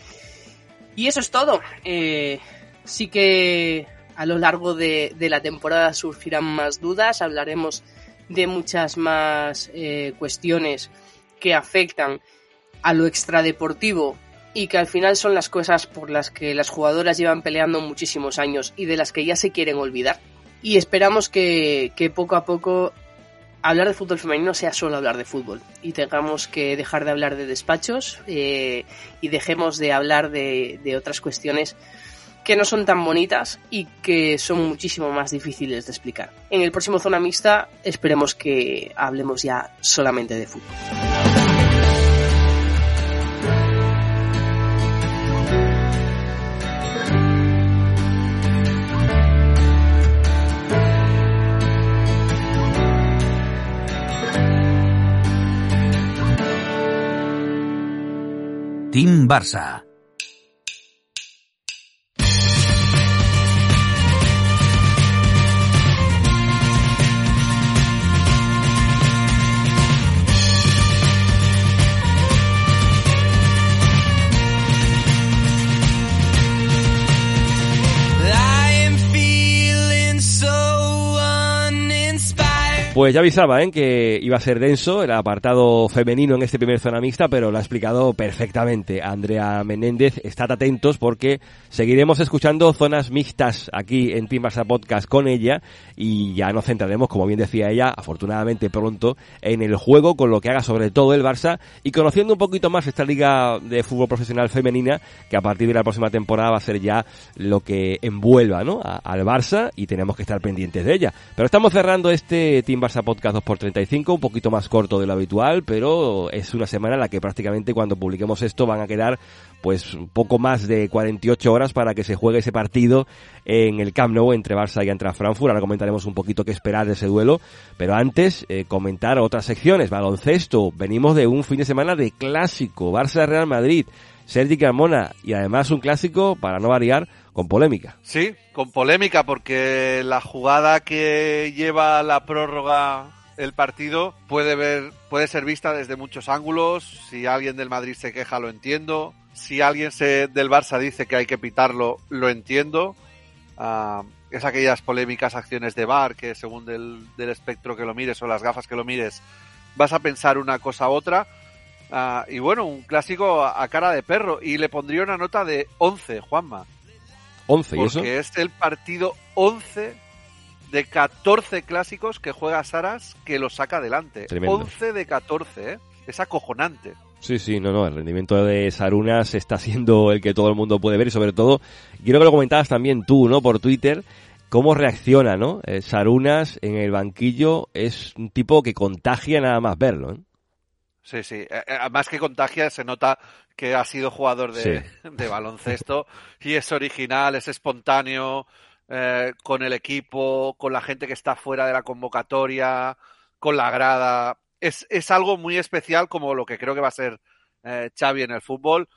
Y eso es todo. Eh, sí que a lo largo de, de la temporada surgirán más dudas, hablaremos de muchas más eh, cuestiones que afectan a lo extradeportivo y que al final son las cosas por las que las jugadoras llevan peleando muchísimos años y de las que ya se quieren olvidar, y esperamos que, que poco a poco hablar de fútbol femenino sea solo hablar de fútbol y tengamos que dejar de hablar de despachos eh, y dejemos de hablar de, de otras cuestiones que no son tan bonitas y que son muchísimo más difíciles de explicar. En el próximo Zona Mixta esperemos que hablemos ya solamente de fútbol. Team Barça. Pues ya avisaba, ¿eh?, que iba a ser denso el apartado femenino en este primer Zona Mixta, pero lo ha explicado perfectamente Andrea Menéndez. Estad atentos porque seguiremos escuchando zonas mixtas aquí en Team Barça Podcast con ella y ya nos centraremos, como bien decía ella, afortunadamente pronto, en el juego, con lo que haga sobre todo el Barça y conociendo un poquito más esta liga de fútbol profesional femenina, que a partir de la próxima temporada va a ser ya lo que envuelva, ¿no?, a, al Barça, y tenemos que estar pendientes de ella. Pero estamos cerrando este Team Barça Podcast dos por treinta y cinco, un poquito más corto de lo habitual, pero es una semana en la que prácticamente cuando publiquemos esto van a quedar pues un poco más de cuarenta y ocho horas para que se juegue ese partido en el Camp Nou entre Barça y Eintracht Frankfurt. Ahora comentaremos un poquito qué esperar de ese duelo, pero antes eh, comentar otras secciones. Baloncesto, venimos de un fin de semana de clásico, Barça-Real Madrid, Sergi Carmona, y además un clásico, para no variar, con polémica. Sí, con polémica, porque la jugada que lleva la prórroga el partido puede ver, puede ser vista desde muchos ángulos. Si alguien del Madrid se queja, lo entiendo. Si alguien se, del Barça dice que hay que pitarlo, lo entiendo. Uh, es aquellas polémicas acciones de V A R que según del, del espectro que lo mires o las gafas que lo mires, vas a pensar una cosa u otra. Uh, y bueno, un clásico a, a cara de perro. Y le pondría una nota de once, Juanma. once, ¿y eso? Porque es el partido once de catorce clásicos que juega Saras que lo saca adelante. Tremendo. once de catorce, ¿eh? Es acojonante. Sí, sí, no, no, el rendimiento de Sarunas está siendo el que todo el mundo puede ver y sobre todo, quiero que lo comentabas también tú, ¿no?, por Twitter, cómo reacciona, ¿no? Eh, Sarunas en el banquillo es un tipo que contagia nada más verlo, ¿eh? Sí, sí, más que contagia, se nota que ha sido jugador de, sí. de baloncesto y es original, es espontáneo, eh, con el equipo, con la gente que está fuera de la convocatoria, con la grada. Es, es algo muy especial, como lo que creo que va a ser eh, Xavi en el fútbol,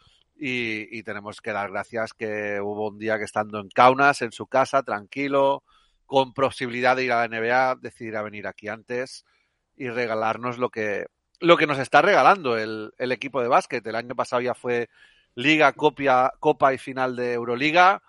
y, y tenemos que dar gracias que hubo un día que estando en Kaunas, en su casa, tranquilo, con posibilidad de ir a la N B A, decidir a venir aquí antes y regalarnos lo que lo que nos está regalando el, el equipo de básquet. El año pasado ya fue Liga, Copia, Copa y final de Euroliga.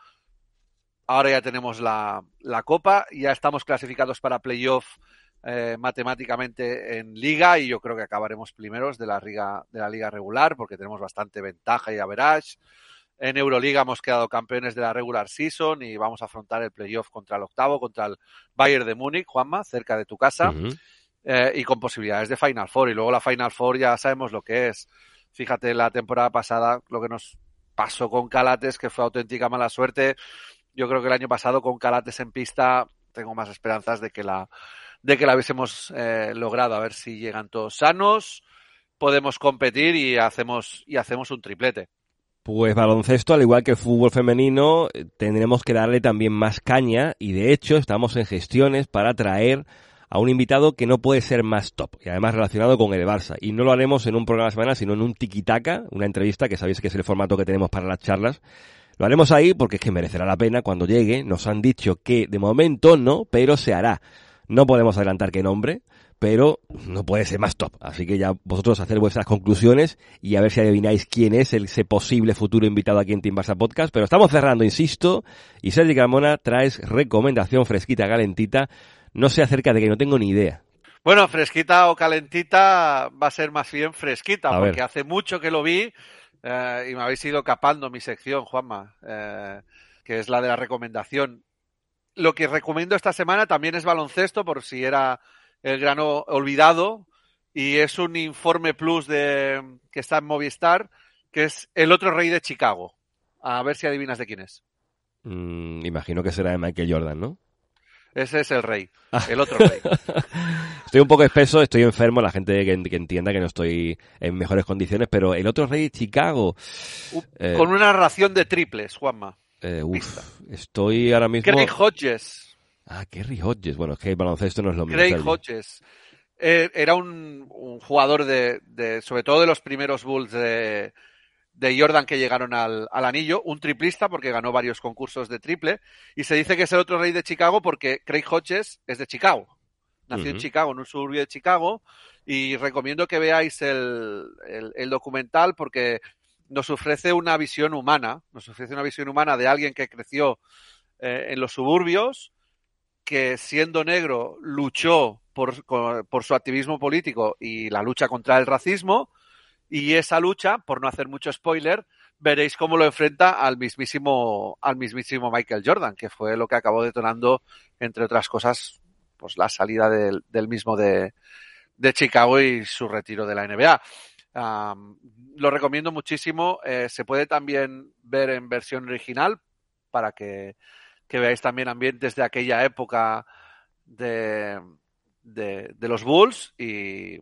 Ahora ya tenemos la, la Copa, ya estamos clasificados para playoff eh, matemáticamente en Liga, y yo creo que acabaremos primeros de la Liga, de la Liga regular, porque tenemos bastante ventaja y average. En Euroliga hemos quedado campeones de la regular season y vamos a afrontar el playoff contra el octavo, contra el Bayern de Múnich, Juanma, cerca de tu casa. Uh-huh. Eh, y con posibilidades de Final Four, y luego la Final Four ya sabemos lo que es. Fíjate, la temporada pasada lo que nos pasó con Calates, que fue auténtica mala suerte. Yo creo que el año pasado con Calates en pista tengo más esperanzas de que la de que la hubiésemos eh, logrado. A ver si llegan todos sanos, podemos competir y hacemos y hacemos un triplete. Pues baloncesto, al igual que el fútbol femenino, tendremos que darle también más caña, y de hecho estamos en gestiones para traer a un invitado que no puede ser más top, y además relacionado con el Barça. Y no lo haremos en un programa semanal, sino en un tiki-taka, una entrevista, que sabéis que es el formato que tenemos para las charlas. Lo haremos ahí porque es que merecerá la pena cuando llegue. Nos han dicho que de momento no, pero se hará. No podemos adelantar qué nombre, pero no puede ser más top. Así que ya vosotros haced vuestras conclusiones y a ver si adivináis quién es ese posible futuro invitado aquí en Team Barça Podcast. Pero estamos cerrando, insisto, y Sergi Carmona, traes recomendación fresquita, calentita. No sé acerca de que no tengo ni idea. Bueno, fresquita o calentita va a ser más bien fresquita, a porque ver. Hace mucho que lo vi eh, y me habéis ido capando mi sección, Juanma, eh, que es la de la recomendación. lo que recomiendo esta semana también es baloncesto, por si era el grano olvidado, y es un informe plus de que está en Movistar, que es El otro rey de Chicago. A ver si adivinas de quién es. Mm, imagino que será de Michael Jordan, ¿no? Ese es el rey, el otro rey. Estoy un poco espeso, estoy enfermo, la gente que, que entienda que no estoy en mejores condiciones, pero el otro rey de Chicago... Uh, eh, con una narración de triples, Juanma. Eh, uf, estoy ahora mismo... Craig Hodges. Ah, Craig Hodges. Bueno, es que el baloncesto no es lo mismo. Craig Hodges. Eh, era un, un jugador de, de, sobre todo de los primeros Bulls de... de Jordan que llegaron al, al anillo, un triplista porque ganó varios concursos de triple, y se dice que es el otro rey de Chicago porque Craig Hodges es de Chicago. Nació uh-huh. en Chicago, en un suburbio de Chicago, y recomiendo que veáis el, el, el documental porque nos ofrece una visión humana, nos ofrece una visión humana de alguien que creció eh, en los suburbios, que siendo negro luchó por, por su activismo político y la lucha contra el racismo. Y esa lucha, por no hacer mucho spoiler, veréis cómo lo enfrenta al mismísimo, al mismísimo Michael Jordan, que fue lo que acabó detonando, entre otras cosas, pues la salida del, del mismo de, de Chicago y su retiro de la N B A. Um, lo recomiendo muchísimo. Eh, se puede también ver en versión original para que, que veáis también ambientes de aquella época de, de, de los Bulls y,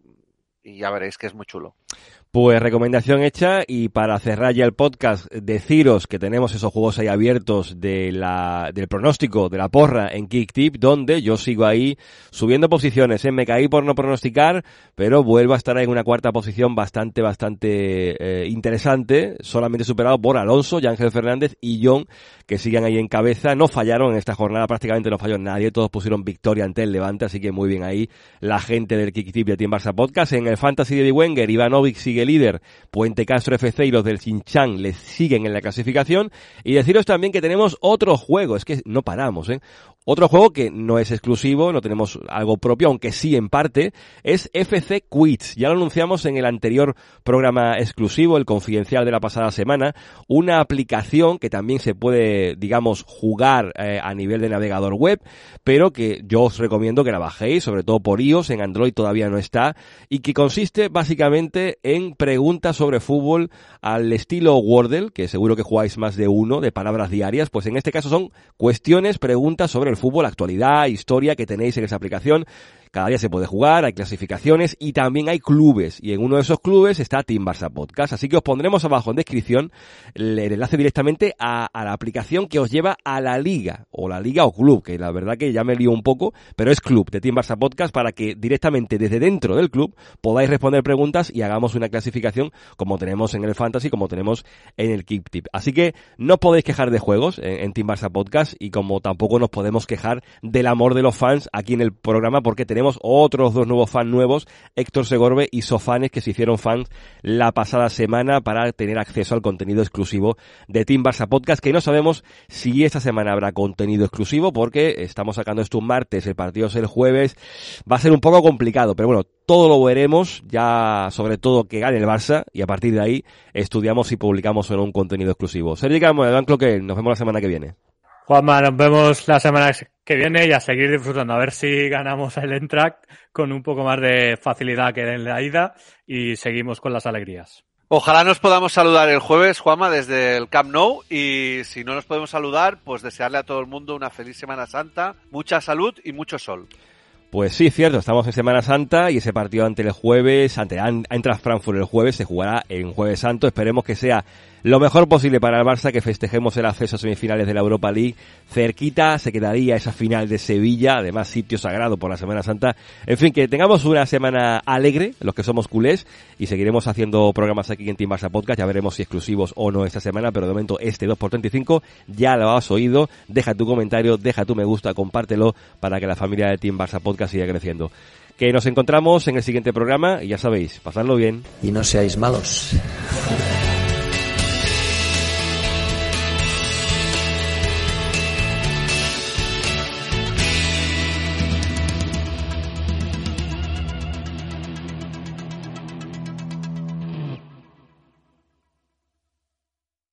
y ya veréis que es muy chulo. Pues recomendación hecha, y para cerrar ya el podcast, deciros que tenemos esos juegos ahí abiertos de la, del pronóstico, de la porra en KickTip, donde yo sigo ahí subiendo posiciones, ¿eh? Me caí por no pronosticar, pero vuelvo a estar ahí en una cuarta posición bastante, bastante eh, interesante, solamente superado por Alonso, Ángel Fernández y John, que siguen ahí en cabeza. No fallaron en esta jornada, prácticamente no falló nadie, todos pusieron victoria ante el Levante, así que muy bien ahí la gente del KickTip de Team Barça Podcast. En el Fantasy de Wenger, Ivanovic sigue líder, Puente Castro F C y los del Xinjiang les siguen en la clasificación. Y deciros también que tenemos otro juego, es que no paramos, ¿eh? Otro juego que no es exclusivo, no tenemos algo propio, aunque sí en parte, es F C Quiz. Ya lo anunciamos en el anterior programa exclusivo, el confidencial de la pasada semana, una aplicación que también se puede, digamos, jugar eh, a nivel de navegador web, pero que yo os recomiendo que la bajéis, sobre todo por iOS, en Android todavía no está, y que consiste básicamente en preguntas sobre fútbol al estilo Wordle, que seguro que jugáis más de uno, de palabras diarias. Pues en este caso son cuestiones, preguntas sobre el fútbol, actualidad, historia que tenéis en esa aplicación. Cada día se puede jugar, hay clasificaciones y también hay clubes, y en uno de esos clubes está Team Barça Podcast, así que os pondremos abajo en descripción el, el enlace directamente a, a la aplicación que os lleva a la liga, o la liga o club, que la verdad que ya me lío un poco, pero es club de Team Barça Podcast, para que directamente desde dentro del club podáis responder preguntas y hagamos una clasificación como tenemos en el Fantasy, como tenemos en el KickTip. Así que no os podéis quejar de juegos en, en Team Barça Podcast, y como tampoco nos podemos quejar del amor de los fans aquí en el programa, porque tenemos Tenemos otros dos nuevos fans nuevos, Héctor Segorbe y Sofanes, que se hicieron fans la pasada semana para tener acceso al contenido exclusivo de Team Barça Podcast, que no sabemos si esta semana habrá contenido exclusivo, porque estamos sacando esto un martes, el partido es el jueves, va a ser un poco complicado, pero bueno, todo lo veremos, ya sobre todo que gane el Barça, y a partir de ahí estudiamos si publicamos o no un contenido exclusivo. Sergi Camo, Iván Cloquet, nos vemos la semana que viene. Juanma, nos vemos la semana que viene y a seguir disfrutando. A ver si ganamos el Eintracht con un poco más de facilidad que en la ida y seguimos con las alegrías. Ojalá nos podamos saludar el jueves, Juanma, desde el Camp Nou, y si no nos podemos saludar, pues desearle a todo el mundo una feliz Semana Santa, mucha salud y mucho sol. Pues sí, cierto, estamos en Semana Santa y ese partido ante el jueves, ante Eintracht Frankfurt el jueves, se jugará en Jueves Santo. Esperemos que sea lo mejor posible para el Barça, que festejemos el acceso a semifinales de la Europa League. Cerquita se quedaría esa final de Sevilla, además sitio sagrado por la Semana Santa. En fin, que tengamos una semana alegre, los que somos culés, y seguiremos haciendo programas aquí en Team Barça Podcast. Ya veremos si exclusivos o no esta semana, pero de momento este dos por treinta y cinco ya lo has oído. Deja tu comentario, deja tu me gusta, compártelo para que la familia de Team Barça Podcast siga creciendo. Que nos encontramos en el siguiente programa y ya sabéis, pasadlo bien. Y no seáis malos.